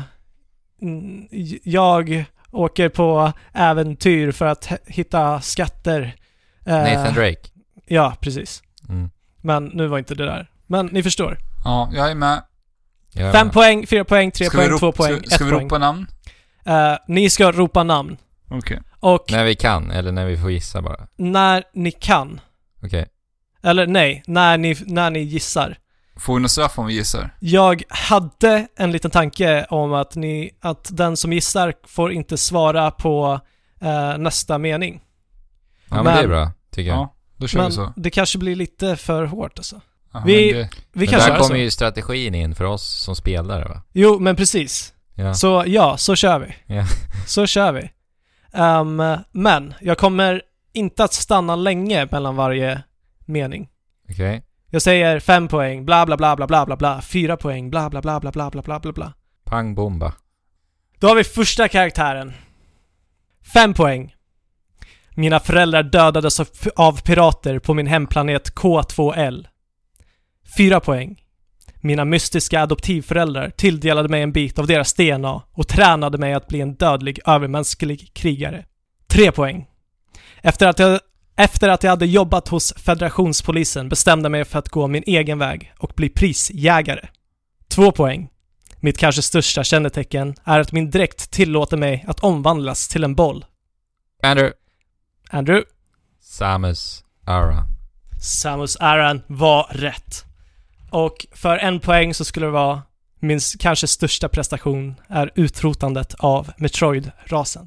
jag åker på äventyr för att hitta skatter. Uh, Nathan Drake. Ja, precis. Mm. Men nu var inte det där. Men ni förstår. Ja, jag är med. Ja. Fem poäng, fyra poäng, tre Ska vi poäng, ro- två poäng, Ska, ska ett vi poäng. ropa namn? Uh, ni ska ropa namn. Okej. Okay. Och När vi kan, eller när vi får gissa bara. när ni kan. Okej. Okay. Eller nej, när ni, när ni gissar. Får vi något straff om vi gissar? Jag hade en liten tanke om att ni att den som gissar får inte svara på uh, nästa mening. Ja, men, Men- det är bra, tycker jag. Ja, då kör Men vi så. det kanske blir lite för hårt alltså. Ja, vi- men det, Vi Men kan där köra så. kommer ju strategin in för oss som spelare, va? Jo, men precis. Ja. Så ja, så kör vi. Ja. Så kör vi. Um, men jag kommer inte att stanna länge mellan varje mening. Okej. Jag säger fem poäng, bla bla bla bla bla bla bla, fyra poäng, bla bla bla bla bla bla bla bla bla. Pang bomba. Då har vi första karaktären. Fem poäng. Mina föräldrar dödades av, av pirater på min hemplanet K två L. Fyra poäng. Mina mystiska adoptivföräldrar tilldelade mig en bit av deras D N A och tränade mig att bli en dödlig, övermänsklig krigare. Tre poäng. Efter att jag, efter att jag hade jobbat hos Federationspolisen bestämde jag mig för att gå min egen väg och bli prisjägare. Två poäng. Mitt kanske största kännetecken är att min dräkt tillåter mig att omvandlas till en boll. Andrew. Andrew. Samus Aran. Samus Aran var rätt. Och för en poäng så skulle det vara min s- kanske största prestation är utrotandet av Metroid-rasen.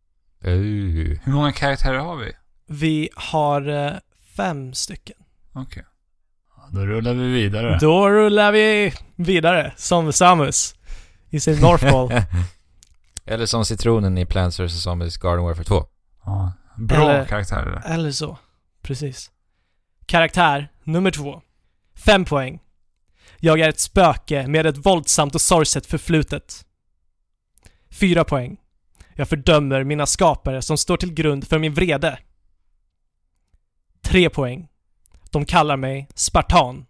Uh. hur många karaktärer har vi? Vi har eh, fem stycken. Okej. Ja, då rullar vi vidare. Då rullar vi vidare som Samus i sin North Pole. Eller som citronen i Plants versus. Zombies Garden Warfare två. Ja, bra Eller- karaktärer där. Eller så. Precis. Karaktär nummer två. Fem poäng. Jag är ett spöke med ett våldsamt och sorgset förflutet. Fyra poäng. Jag fördömer mina skapare som står till grund för min vrede. Tre poäng. De kallar mig Spartan.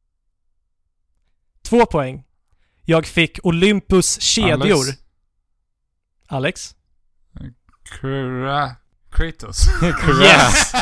Två poäng. Jag fick Olympus kedjor. Alex. Alex? Kra- Kratos. Yes!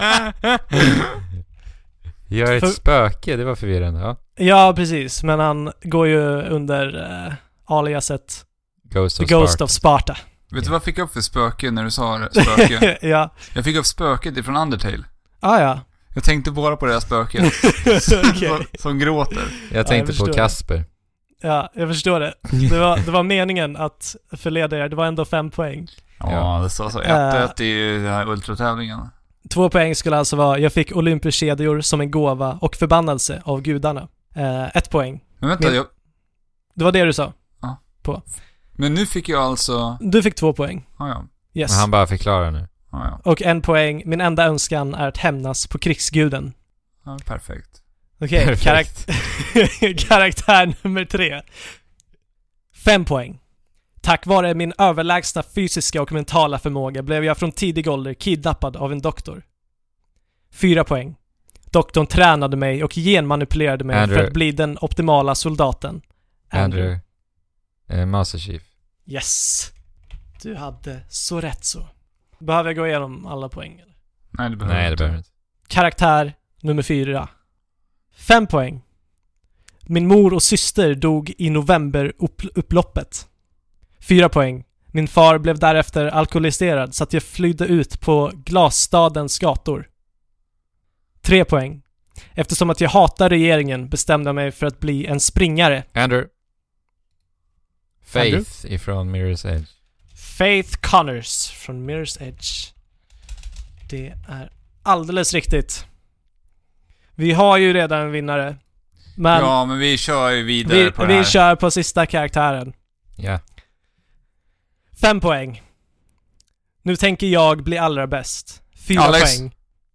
Jag är ett För- spöke, det var förvirrande. Ja. Ja, precis. Men han går ju under uh, aliaset Ghost The of Ghost Sparta. of Sparta. Vet du vad jag fick upp för spöke när du sa det? Spöke? Ja. Jag fick upp spöket ifrån Undertale. Ah, ja. Jag tänkte bara på det här spöket. Okej. Som gråter. Jag tänkte jag på förstår det. Kasper. Ja, jag förstår det. Det var, det var meningen att förleda er. Det var ändå fem poäng. Ja, Ja. det står så. Äh. ett ett i den här ultratävlingen. Två poäng skulle alltså vara jag fick Olympus kedjor som en gåva och förbannelse av gudarna. Eh, ett poäng. Men vänta, Men- jag... Det var det du sa. Men nu fick jag alltså... Du fick två poäng. Ja, ja. Yes. Men han bara förklarar nu. Ja, ja. Och en poäng. Min enda önskan är att hämnas på krigsguden. Ja, perfekt. Okej, Perfekt. karak- karaktär nummer tre. Fem poäng. Tack vare min överlägsna fysiska och mentala förmåga blev jag från tidig ålder kidnappad av en doktor. Fyra poäng. Doktorn tränade mig och genmanipulerade mig Andrew. för att bli den optimala soldaten. Andrew. Andrew. Eh, Master Chief. Yes. Du hade så rätt så. Behöver jag gå igenom alla poäng? Eller? Nej, det behöver Nej, det inte. behöver inte. Karaktär nummer fyra. Fem poäng. Min mor och syster dog i november upp- upploppet. Fyra poäng. Min far blev därefter alkoholiserad så att jag flydde ut på glasstadens gator. Tre poäng. Eftersom att jag hatar regeringen bestämde jag mig för att bli en springare. Andrew. Faith Andrew? ifrån Mirror's Edge. Faith Connors från Mirror's Edge. Det är alldeles riktigt. Vi har ju redan en vinnare. Men Ja, men vi kör ju vidare vi, på det vi här. kör på sista karaktären. Ja. Fem poäng. Nu tänker jag bli allra bäst. Fyra Alex. poäng.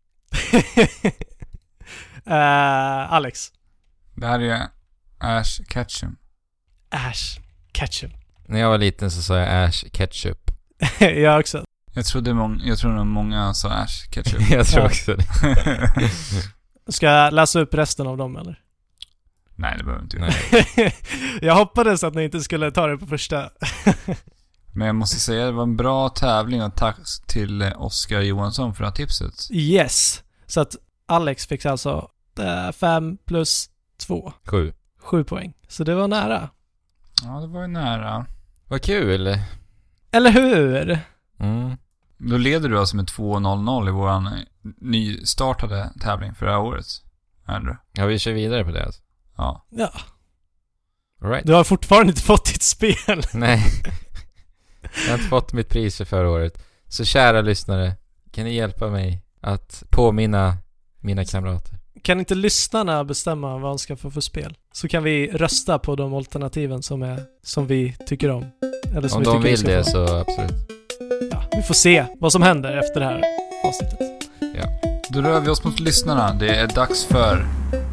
uh, Alex. Det här är Ash Ketchum. Ash Ketchum. När jag var liten så sa jag Ash Ketchup. Jag också. Jag trodde mång- jag tror nog många sa Ash Ketchum. jag tror Ja. också det. Ska jag läsa upp resten av dem eller? Nej, det behöver inte jag. Nej. Jag hoppades att ni inte skulle ta det på första. Men jag måste säga, det var en bra tävling och tack till eh, Oskar Johansson för det här tipset. Yes. Så att Alex fick alltså äh, fem plus två. Sju. Sju poäng. Så det var nära. Ja, det var ju nära. Vad kul. Eller hur? Mm. Då leder du alltså med två noll noll i våran eh, nystartade tävling för det här året. Andrew. Ja, vi kör vidare på det alltså. Ja. Ja. All right. Du har fortfarande inte fått ditt spel. Nej. Jag har inte fått mitt pris för förra året. Så kära lyssnare, kan ni hjälpa mig att påminna mina kamrater? Kan inte lyssnarna bestämma vad de ska få för spel? Så kan vi rösta på de alternativen som är som vi tycker om. Eller som Om vi de tycker vi vill ska det få. så absolut. Ja, vi får se vad som händer efter det här avsnittet. Då rör vi oss mot lyssnarna. Det är dags för...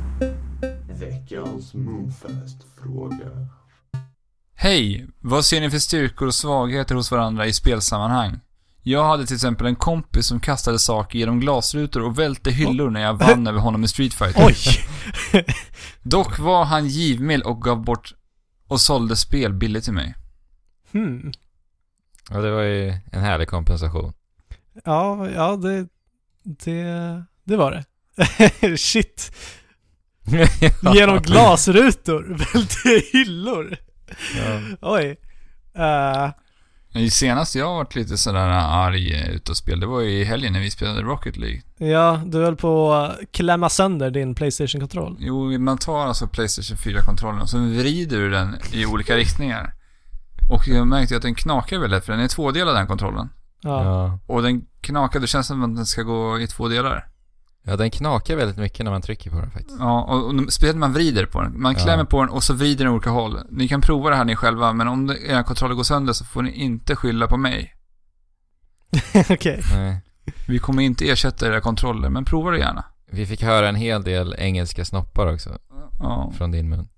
Veckans Moonfest-fråga. Hej! Vad ser ni för styrkor och svagheter hos varandra i spelsammanhang? Jag hade till exempel en kompis som kastade saker genom glasrutor och välte hyllor när jag vann över honom i Street Fighter. Oj! Dock var han givmild och gav bort och sålde spel billigt till mig. Hmm. Ja, det var ju en härlig kompensation. Ja, ja det, det, det var det. Shit. Genom glasrutor. Välte hyllor. Ja. Oj. Uh, Senast jag har varit lite sådär arg ute och spel, det var ju i helgen när vi spelade Rocket League. ja, du höll på att klämma sönder din PlayStation-kontroll. Jo, man tar alltså PlayStation fyra-kontrollen och så vrider du den i olika riktningar. Och jag märkte att den knakar väldigt, för den är tvådelad den kontrollen. Ja. Ja. Och den knakar, det känns som att den ska gå i två delar. Ja, den knakar väldigt mycket när man trycker på den faktiskt. Ja, och, och speciellt man vrider på den. Man klämmer Ja. på den och så vrider den i olika håll. Ni kan prova det här ni själva, men om det- era kontroller går sönder så får ni inte skylla på mig. Okej. Nej. Vi kommer inte ersätta era kontroller, men prova det gärna. Vi fick höra en hel del engelska snoppar också Ja. från din mun.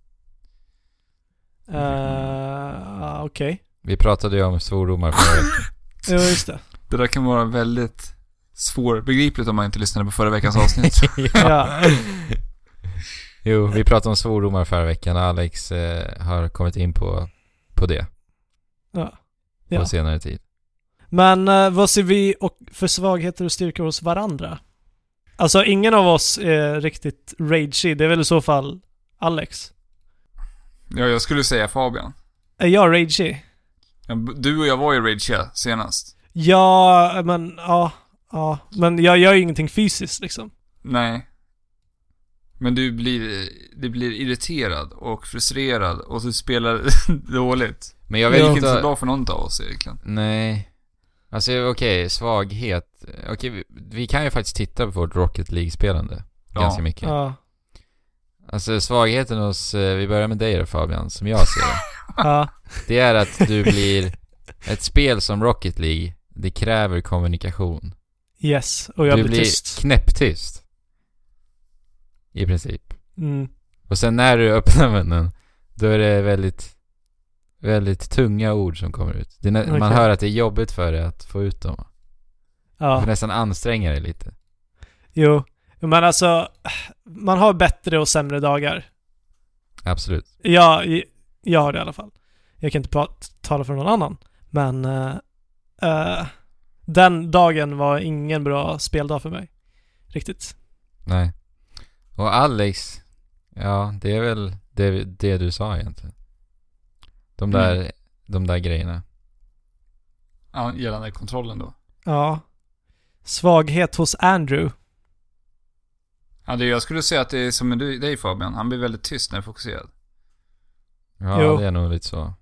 Uh, Okej. Vi pratade ju om svordomar förra veckan. Jo, just det. Det där kan vara väldigt svårbegripligt om man inte lyssnade på förra veckans avsnitt. Ja. Jo, vi pratade om svordomar förra veckan och Alex eh, har kommit in på, på det Ja. på Ja. senare tid. Men uh, vad ser vi och för svagheter och styrkor hos varandra? Alltså, ingen av oss är riktigt ragey. Det är väl i så fall Alex. Ja, jag skulle säga Fabian. Är jag ragey? Ja, b- Du och jag var ju ragea senast. Ja, men ja, ja, men jag gör ju ingenting fysiskt liksom. Nej. Men du blir, du blir irriterad och frustrerad och så spelar dåligt. Men jag Det vet är inte... inte så bra för någon av oss egentligen. Nej. Alltså okej, svaghet. Okej, vi, vi kan ju faktiskt titta på vårt Rocket League-spelande Ja. ganska mycket. Ja, Alltså svagheten hos, eh, vi börjar med dig då Fabian, som jag ser det. ja, Det är att du blir, ett spel som Rocket League, det kräver kommunikation. yes. Och jag Du blir blir tyst. knäpptyst. I princip. Mm. Och sen när du öppnar munnen, då är det väldigt, väldigt tunga ord som kommer ut. Det är nä- Man Okej. hör att det är jobbigt för dig att få ut dem. Du får Ja, nästan anstränga dig lite. jo. Men alltså, man har bättre och sämre dagar. Absolut. Ja, jag har det i alla fall. Jag kan inte prata, tala för någon annan. Men uh, uh, den dagen var ingen bra speldag för mig. Riktigt. Nej. Och Alex, ja, det är väl det, det du sa egentligen. De där, mm. de där grejerna. Ja, gällande kontrollen då. Ja. Svaghet hos Andrew. Ja, det jag skulle säga att det är som med dig, Fabian. Han blir väldigt tyst när fokuserad. Ja, jo. Det är nog lite så.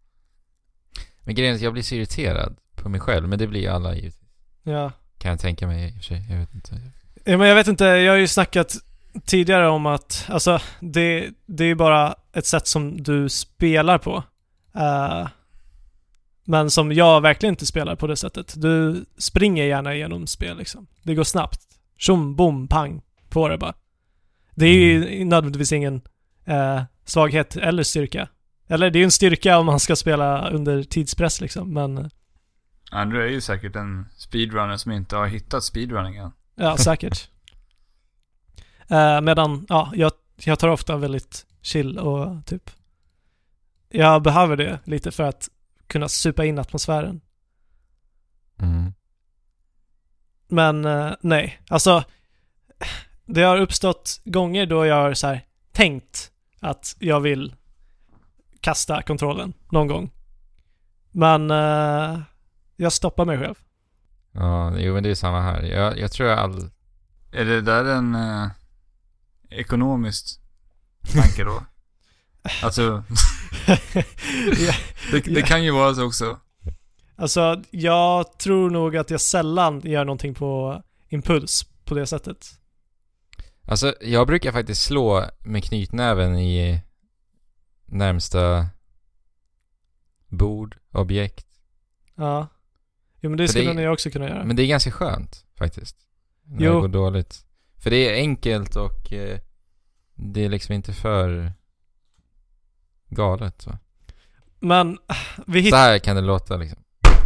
Men grejen är att jag blir så irriterad på mig själv. Men det blir ju alla givetvis. Ja. Kan jag tänka mig i och för sig. Jag vet inte. Ja, men jag vet inte. Jag har ju snackat tidigare om att alltså, det, det är ju bara ett sätt som du spelar på. Uh, men som jag verkligen inte spelar på det sättet. Du springer gärna igenom spel liksom. Det går snabbt. Tjom, bom, pang. På det bara. Det är ju mm. nödvändigtvis ingen uh, svaghet eller styrka. Eller det är ju en styrka om man ska spela under tidspress liksom. Men Andrew är ju säkert en speedrunner som inte har hittat speedrunningen. Ja, säkert. uh, medan, ja, jag, jag tar ofta väldigt chill och typ jag behöver det lite för att kunna supa in atmosfären. Mm. Men uh, nej, alltså det har uppstått gånger då jag har så här tänkt att jag vill kasta kontrollen någon gång. Men uh, jag stoppar mig själv. Ja, jo, men det är samma här. Jag, jag tror jag all... Är det där en eh, ekonomisk tanke då? Alltså ja, det, det ja. kan ju vara så också. Alltså, jag tror nog att jag sällan gör någonting på impuls på det sättet. Alltså, jag brukar faktiskt slå med knytnäven i närmsta bord, objekt. Ja. Jo, men det För skulle det är, nog jag också kunna göra. Men det är ganska skönt faktiskt. När Jo. det går dåligt. För det är enkelt och eh, det är liksom inte för galet. Så, men vi så hittar... här kan det låta liksom.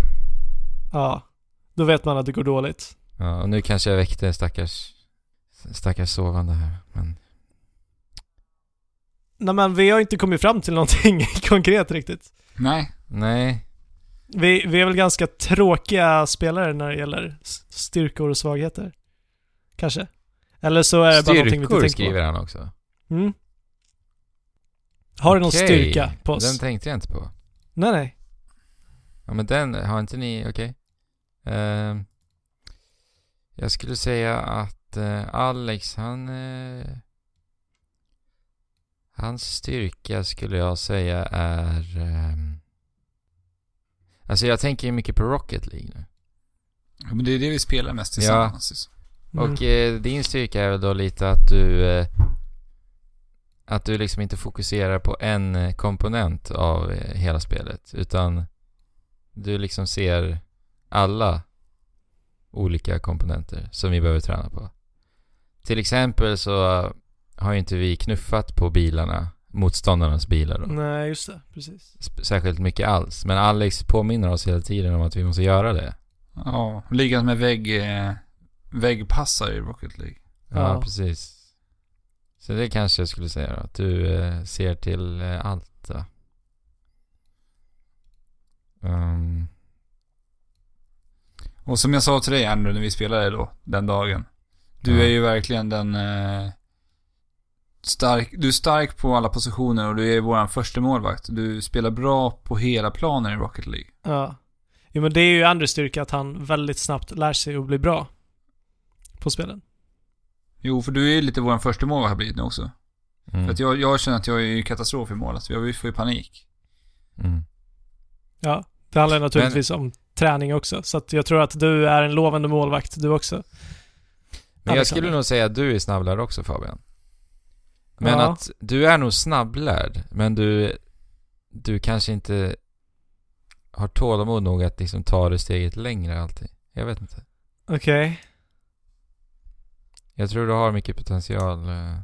Ja. Då vet man att det går dåligt. Ja, och nu kanske jag väckte stackars stackars sovande här. Men... Nej, men vi har inte kommit fram till någonting konkret riktigt. Nej. Nej. Vi, vi är väl ganska tråkiga spelare när det gäller styrkor och svagheter. Kanske. Eller så är det bara någonting vi inte Styrkor tänkt skriver på. han också. Mm. Har du någon Okej, styrka på oss? Den tänkte jag inte på. Nej, nej. Ja, men den har inte ni, okej. Okay. Uh, jag skulle säga att uh, Alex, han... Uh, hans styrka skulle jag säga är... Um, alltså jag tänker ju mycket på Rocket League nu. Ja, men det är det vi spelar mest tillsammans. Ja. Och uh, din styrka är väl då lite att du... Uh, att du liksom inte fokuserar på en komponent av uh, hela spelet. Utan du liksom ser alla olika komponenter som vi behöver träna på. Till exempel så har ju inte vi knuffat på bilarna, motståndarnas bilar då. Nej, just det. Precis. Särskilt mycket alls. Men Alex påminner oss hela tiden om att vi måste göra det. Ja, ligga med vägg, eh, väggpassar i Rocket League. Ja, Ja. precis. Så det kanske jag skulle säga då, att du eh, ser till eh, allt då. Um. Och som jag sa till dig, Andrew, när vi spelade då, den dagen. Du Ja. är ju verkligen den eh, stark, du är stark på alla positioner och du är våran första målvakt. Du spelar bra på hela planen i Rocket League. Ja. Jo, men det är ju Andrews styrka att han väldigt snabbt lär sig att bli bra på spelen. Jo, för du är ju lite våran första målvakt har blivit nu också. Mm. För att jag, jag känner att jag är i katastrof i målet. Så vi får ju panik. Mm. Ja, det handlar naturligtvis men, om träning också. Så att jag tror att du är en lovande målvakt, du också. Men jag Alexander. skulle nog säga att du är snabblärd också, Fabian. Men Ja. att du är nog snabblärd, men du du kanske inte har tålamod nog att liksom ta det steget längre alltid. Jag vet inte. Okej. Okay. Jag tror du har mycket potential eh,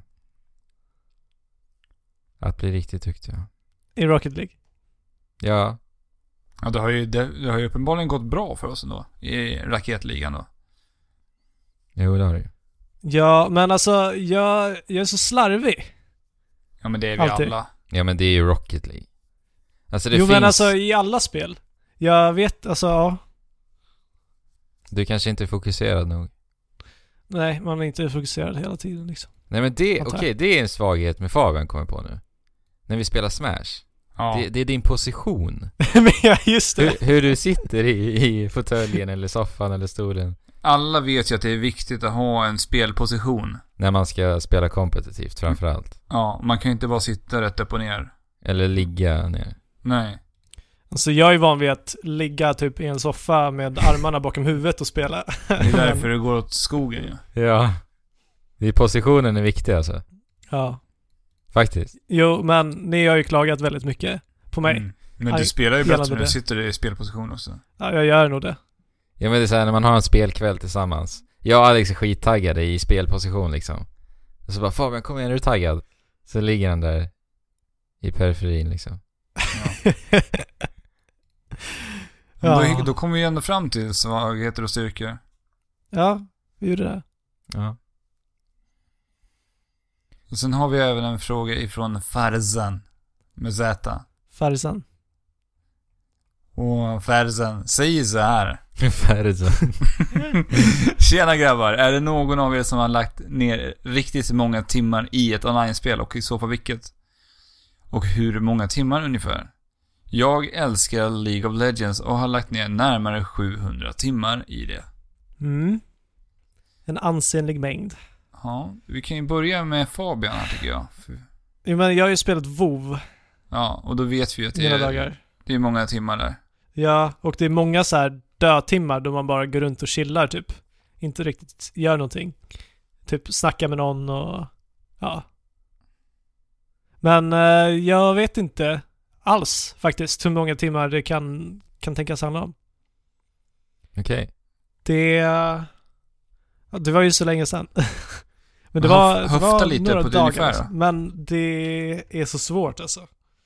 att bli riktigt duktig. Ja. I Rocket League. Ja. Ja, det har ju, det, det har ju uppenbarligen gått bra för oss ändå. I raketligan då. Jo, det har du. Ja, men alltså jag, jag är så slarvig. Ja, men det är vi Alltid. alla. Ja, men det är ju Rocket League. Alltså det jo, finns... men alltså i alla spel. Jag vet, alltså ja. Du kanske inte är fokuserad nog. Nej, man är inte fokuserad hela tiden liksom. Nej, men det, Antar okej, jag. det är en svaghet med Fabian kommer på nu. När vi spelar Smash. Ja. Det, det är din position. Men ja, just det. Hur, hur du sitter i, i fåtöljen eller soffan eller stolen. Alla vet ju att det är viktigt att ha en spelposition. När man ska spela kompetitivt framförallt. Ja, man kan ju inte bara sitta rätt upp och ner. Eller ligga ner. Nej. Alltså jag är van vid att ligga typ i en soffa med armarna bakom huvudet och spela. Det är därför det går åt skogen ju. Ja. Det är positionen är viktig alltså. Ja. Faktiskt. Jo, men ni har ju klagat väldigt mycket på mig. Mm. Men Aj, du spelar ju gällande bättre när du det. sitter i spelposition också. Ja, jag gör nog det. Ja, men det är så här när man har en spelkväll tillsammans. Jag och Alex är skittaggade i spelposition liksom. Och så bara, Fabian, kom igen, är du taggad? Så ligger han där i periferin liksom. Ja. Ja. Då, då kommer vi ändå fram till svagheter och styrkor. Ja, vi gjorde det. Ja. Och sen har vi även en fråga ifrån Farzan med Z. Farzan. Och Farzan säger så här. Färre så. Tjena grabbar, är det någon av er som har lagt ner riktigt många timmar i ett online-spel och i så fall vilket? Och hur många timmar ungefär? Jag älskar League of Legends och har lagt ner närmare sjuhundra timmar i det. Mm. En ansenlig mängd. Ja, vi kan ju börja med Fabian här tycker jag. Jo, men jag har ju spelat WoW Ja, och då vet vi att i det några är, dagar. det är många timmar där. Ja, och det är många så här dödtimmar då man bara går runt och chillar typ. Inte riktigt gör någonting. Typ snacka med någon och ja. Men eh, jag vet inte alls faktiskt hur många timmar det kan, kan tänkas handla om. Okej. Det, ja, det var ju så länge sedan. Men det Men var, höf- det höfta var lite några på ett dagar. ungefär, Alltså. då. Men det är så svårt alltså.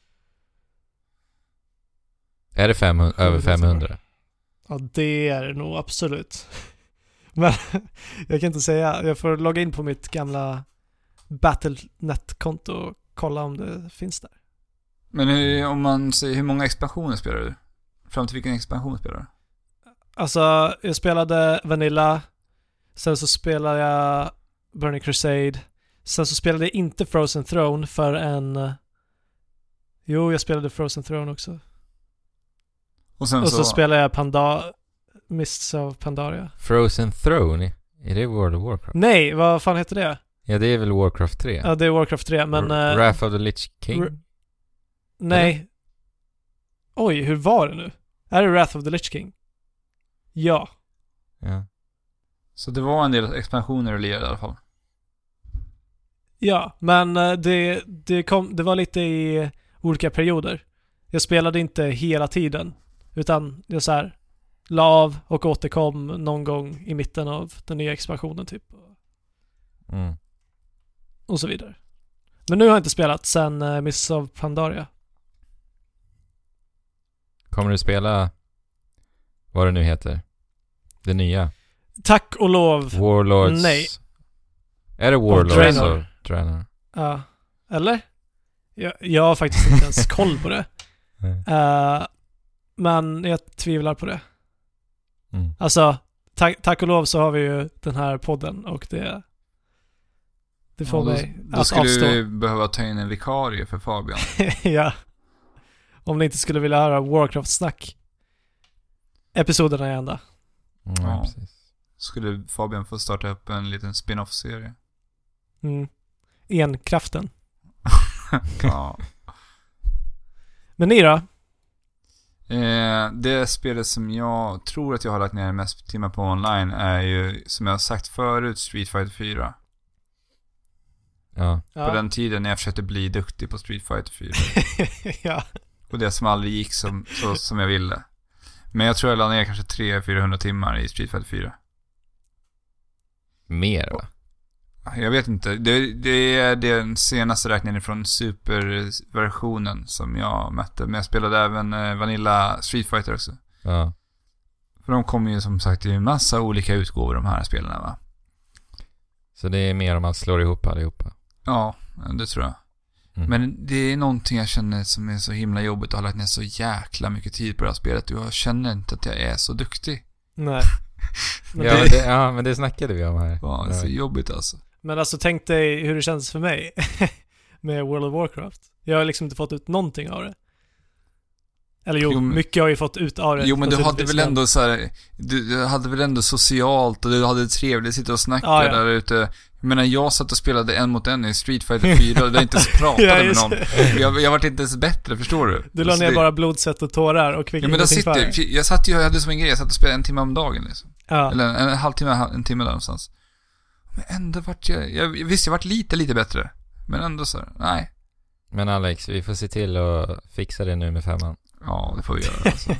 Är det femhundra, över femhundra? Ja, det är det nog absolut. Men jag kan inte säga. Jag får logga in på mitt gamla Battle dot net-konto och kolla om det finns där. Men hur, om man säger hur många expansioner spelar du? Fram till vilken expansion spelar du? Alltså, jag spelade Vanilla. Sen så spelade jag Burning Crusade. Sen så spelade jag inte Frozen Throne för en... Jo, jag spelade Frozen Throne också. Och sen Och så... så spelade jag Panda... Mists of Pandaria. Frozen Throne? Är det World of Warcraft? Nej, vad fan heter det? Ja, det är väl Warcraft tre? Ja, det är Warcraft tre, men... R- eh, Wrath of the Lich King? R- nej. Oj, hur var det nu? Är det Wrath of the Lich King? Ja. Ja. Så det var en del expansioner du lirade i alla fall. Ja, men eh, det, det, kom, det var lite i olika perioder. Jag spelade inte hela tiden. Utan jag så här la av och återkom någon gång i mitten av den nya expansionen typ. Mm. Och så vidare. Men nu har jag inte spelat sen uh, Mists of Pandaria. Kommer du spela vad det nu heter? Det nya? Tack och lov. Warlords? Nej. Är det Warlords Draenor. och Draenor? Ja. Eller? Jag, jag har faktiskt inte ens koll på det. Nej. Uh, men jag tvivlar på det. Mm. Alltså, tack, tack och lov så har vi ju den här podden och det det får Ja, då, mig då att skulle avstå. vi behöva ta in en vikarie för Fabian. Ja. Om ni inte skulle vilja höra Warcraft-snack. Episoderna är ända. Mm, Ja. ja, precis. Skulle Fabian få starta upp en liten spin-off-serie. Mm. Enkraften. Ja. Men ni då? Eh, det spelet som jag tror att jag har lagt ner mest timmar på online är ju, som jag har sagt förut, Street Fighter fyra. Ja. Ja. På den tiden när jag försökte bli duktig på Street Fighter fyra. Ja. Och det som aldrig gick som, så som jag ville. Men jag tror jag la ner kanske tre till fyrahundra timmar i Street Fighter fyra. Mer va? Jag vet inte. Det, det är den senaste räkningen från superversionen som jag mätte. Men jag spelade även eh, Vanilla Street Fighter också. Ja. För de kommer ju som sagt i en massa olika utgåvor, de här spelarna va? Så det är mer om man slår ihop allihopa. Ja, det tror jag. Mm. Men det är någonting jag känner som är så himla jobbigt. Jag har lagt ner så jäkla mycket tid på det här spelet. Och jag känner inte att jag är så duktig. Nej. Men ja, det... Men det, ja, men det snackade vi om här. Ja, det är så jobbigt alltså. Men alltså tänk dig hur det känns för mig med World of Warcraft. Jag har liksom inte fått ut någonting av det. Eller jo, jo men, mycket har jag ju fått ut av det. Jo, men du hade väl ändå så här, du, du hade väl ändå socialt och du hade trevligt, sitta och snacka ja, ja. där ute. Jag menar, jag satt och spelade en mot en i Street Fighter fyra och det inte ens pratade ja, med någon. Jag, jag var inte ens bättre, förstår du? Du la ner det... bara blod, svett och tårar och kvickade. Ja, men då sitter, jag satt ju, jag hade som en grej, jag satt och spelade en timme om dagen liksom. Ja. Eller en, en halvtimme, en timme där någonstans. Men ändå vart jag, jag visst jag vart lite, lite bättre. Men ändå så här, nej. Men Alex, vi får se till att fixa det nu med femman. Ja, det får vi göra alltså.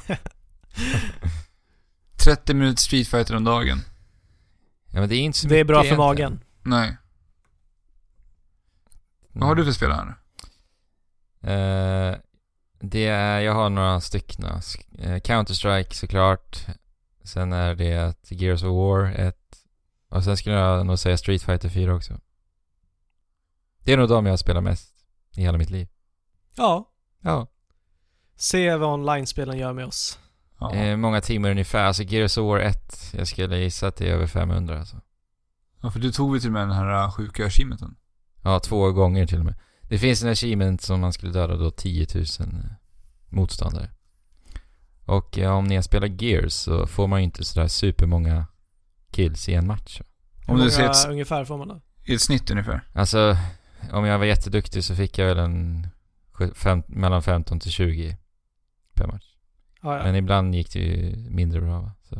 trettio minuter Street Fighter om dagen. Ja, men det är inte så det är bra för egentligen. magen. Nej. Mm. Vad har du för spel här? Uh, det är, jag har några stycken. Uh, Counter-Strike såklart. Sen är det Gears of War ett. Och sen skulle jag nog säga Street Fighter fyra också. Det är nog de jag spelar mest i hela mitt liv. Ja. Ja. Se vad online-spelen gör med oss. Ja. Eh, många timmar ungefär. Alltså Gears of War ett, jag skulle gissa att det är över femhundra alltså. Ja, för du tog vi till med den här sjuka achievementen. Ja, två gånger till och med. Det finns en achievement som man skulle döda då tio tusen motståndare. Och ja, om ni spelar Gears så får man ju inte sådär supermånga kills i en match. Hur många ett, ungefär får man då? I ett snitt ungefär. Alltså, om jag var jätteduktig så fick jag väl en fem, mellan femton till tjugo per match. Ah, ja. Men ibland gick det ju mindre bra, va? Så.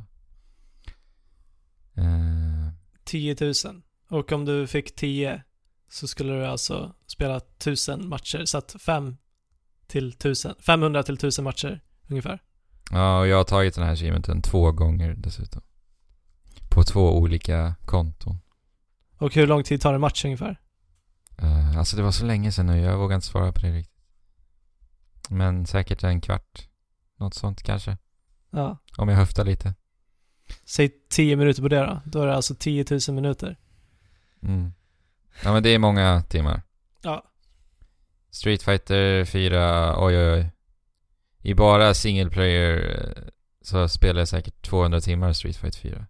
Uh. tio tusen. Och om du fick tio så skulle du alltså spela tusen matcher. Så att fem till tusen, femhundra till tusen matcher ungefär. Ja, och jag har tagit den här achievementen två gånger dessutom. På två olika konton. Och hur lång tid tar en match ungefär? Uh, alltså det var så länge sedan nu. Jag vågar inte svara på det riktigt. Men säkert en kvart. Något sånt kanske. Ja. Om jag höftar lite. Säg tio minuter på det då. Då är det alltså tio tusen minuter. Mm. Ja, men det är många timmar. Ja. Street Fighter fyra, oj oj oj. I bara single player så spelar jag säkert tvåhundra timmar Street Fighter fyra.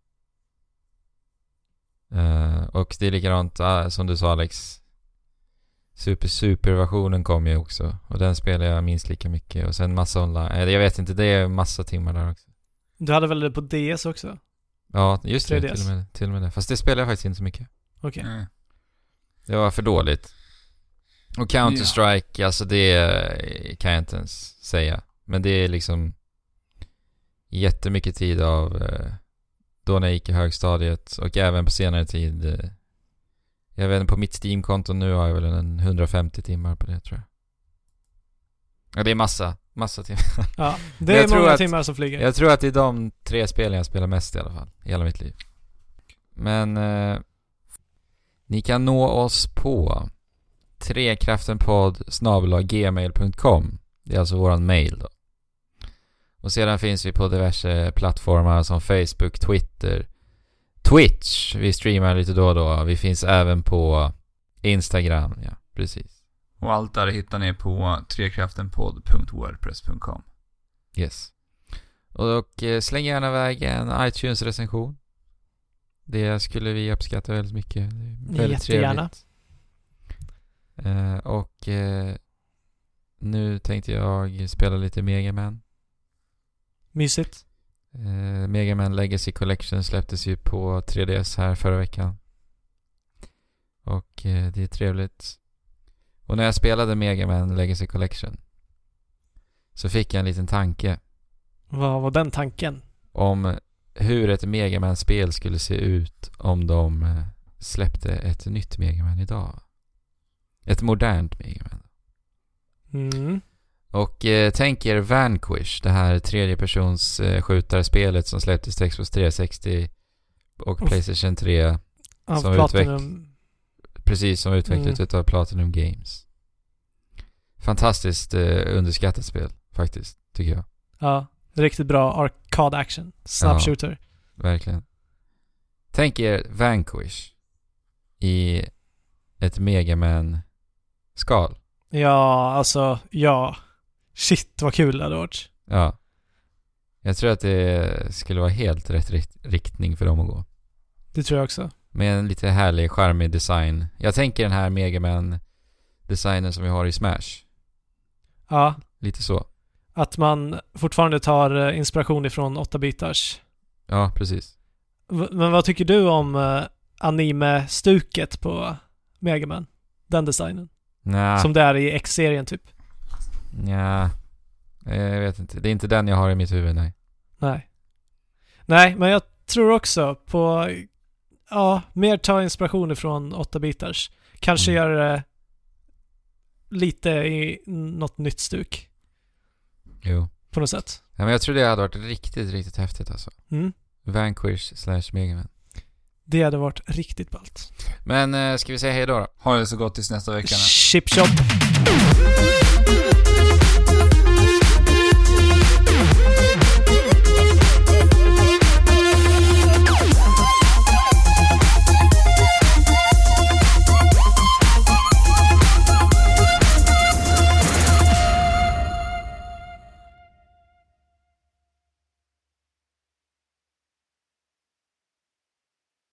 Uh, och det är likadant uh, som du sa Alex. Super super versionen kom ju också. Och den spelar jag minst lika mycket. Och sen massa online. Uh, jag vet inte, det är massa timmar där också. Du hade väl det på D S också? Ja, just det. Till och, med, till och med det. Fast det spelar jag faktiskt inte så mycket. Okej. Okay. Mm. Det var för dåligt. Och Counter-Strike, ja. Alltså det kan jag inte ens säga. Men det är liksom jättemycket tid av uh, då när jag gick i högstadiet. Och även på senare tid. Uh, jag vet inte, på mitt Steam-konto nu har jag väl en hundrafemtio timmar på det, tror jag. Ja, det är massa, massa timmar. Ja, det är många att, timmar som flyger. Jag tror att det är de tre spelen jag spelar mest i alla fall. I hela mitt liv. Men uh, ni kan nå oss på trekraftenpodd snabel-a gmail punkt com. Det är alltså våran mail då. Och sedan finns vi på diverse plattformar som Facebook, Twitter, Twitch. Vi streamar lite då och då. Vi finns även på Instagram. Ja, precis. Och allt där hittar ni på trekraftenpodd punkt wordpress punkt com. Yes. Och, och släng gärna iväg en iTunes-recension. Det skulle vi uppskatta väldigt mycket. Det är väldigt jättegärna. Trevligt. Uh, och uh, nu tänkte jag spela lite Mega Man. Mysigt. Uh, Mega Man Legacy Collection släpptes ju på tre D S här förra veckan. Och uh, det är trevligt. Och när jag spelade Mega Man Legacy Collection så fick jag en liten tanke. Vad var den tanken? Om hur ett Mega Man-spel skulle se ut om de uh, släppte ett nytt Mega Man idag. Ett modernt Mega Man. Mm. Och eh, tänk er Vanquish, det här tredjepersons eh, skjutarspelet som släpptes till Xbox trehundrasextio och oh. PlayStation tre. Av som Platinum. Utveck- precis, som utvecklats mm. av Platinum Games. Fantastiskt eh, underskattat spel, faktiskt, tycker jag. Ja, riktigt bra arcade action. Snap ja, shooter. Verkligen. Tänk er Vanquish ett Mega Man-skal. Ja, alltså, ja. Shit, vad kul det hade varit. Ja. Jag tror att det skulle vara helt rätt rikt- riktning för dem att gå. Det tror jag också. Med en lite härlig, charmig design. Jag tänker den här Mega Man-designen som vi har i Smash. Ja, Lite så. att man fortfarande tar eh, inspiration ifrån åtta-bitars. Ja, precis. V- men vad tycker du om eh, anime-stuket på Mega Man? Den designen. Nja, Som det är i X-serien typ. nja. Jag vet inte. Det är inte den jag har i mitt huvud, nej. Nej. Nej, men jag tror också på, ja, mer ta inspiration ifrån åtta-bitars. Kanske Mm. göra det lite i något nytt stuk Jo. på något sätt. Ja, men jag tror det hade varit riktigt, riktigt häftigt alltså. Mm. Vanquish slash Mega Man. Det hade varit riktigt ballt. Men eh, ska vi säga hej då då? Ha det så gott tills nästa vecka. Chip shop.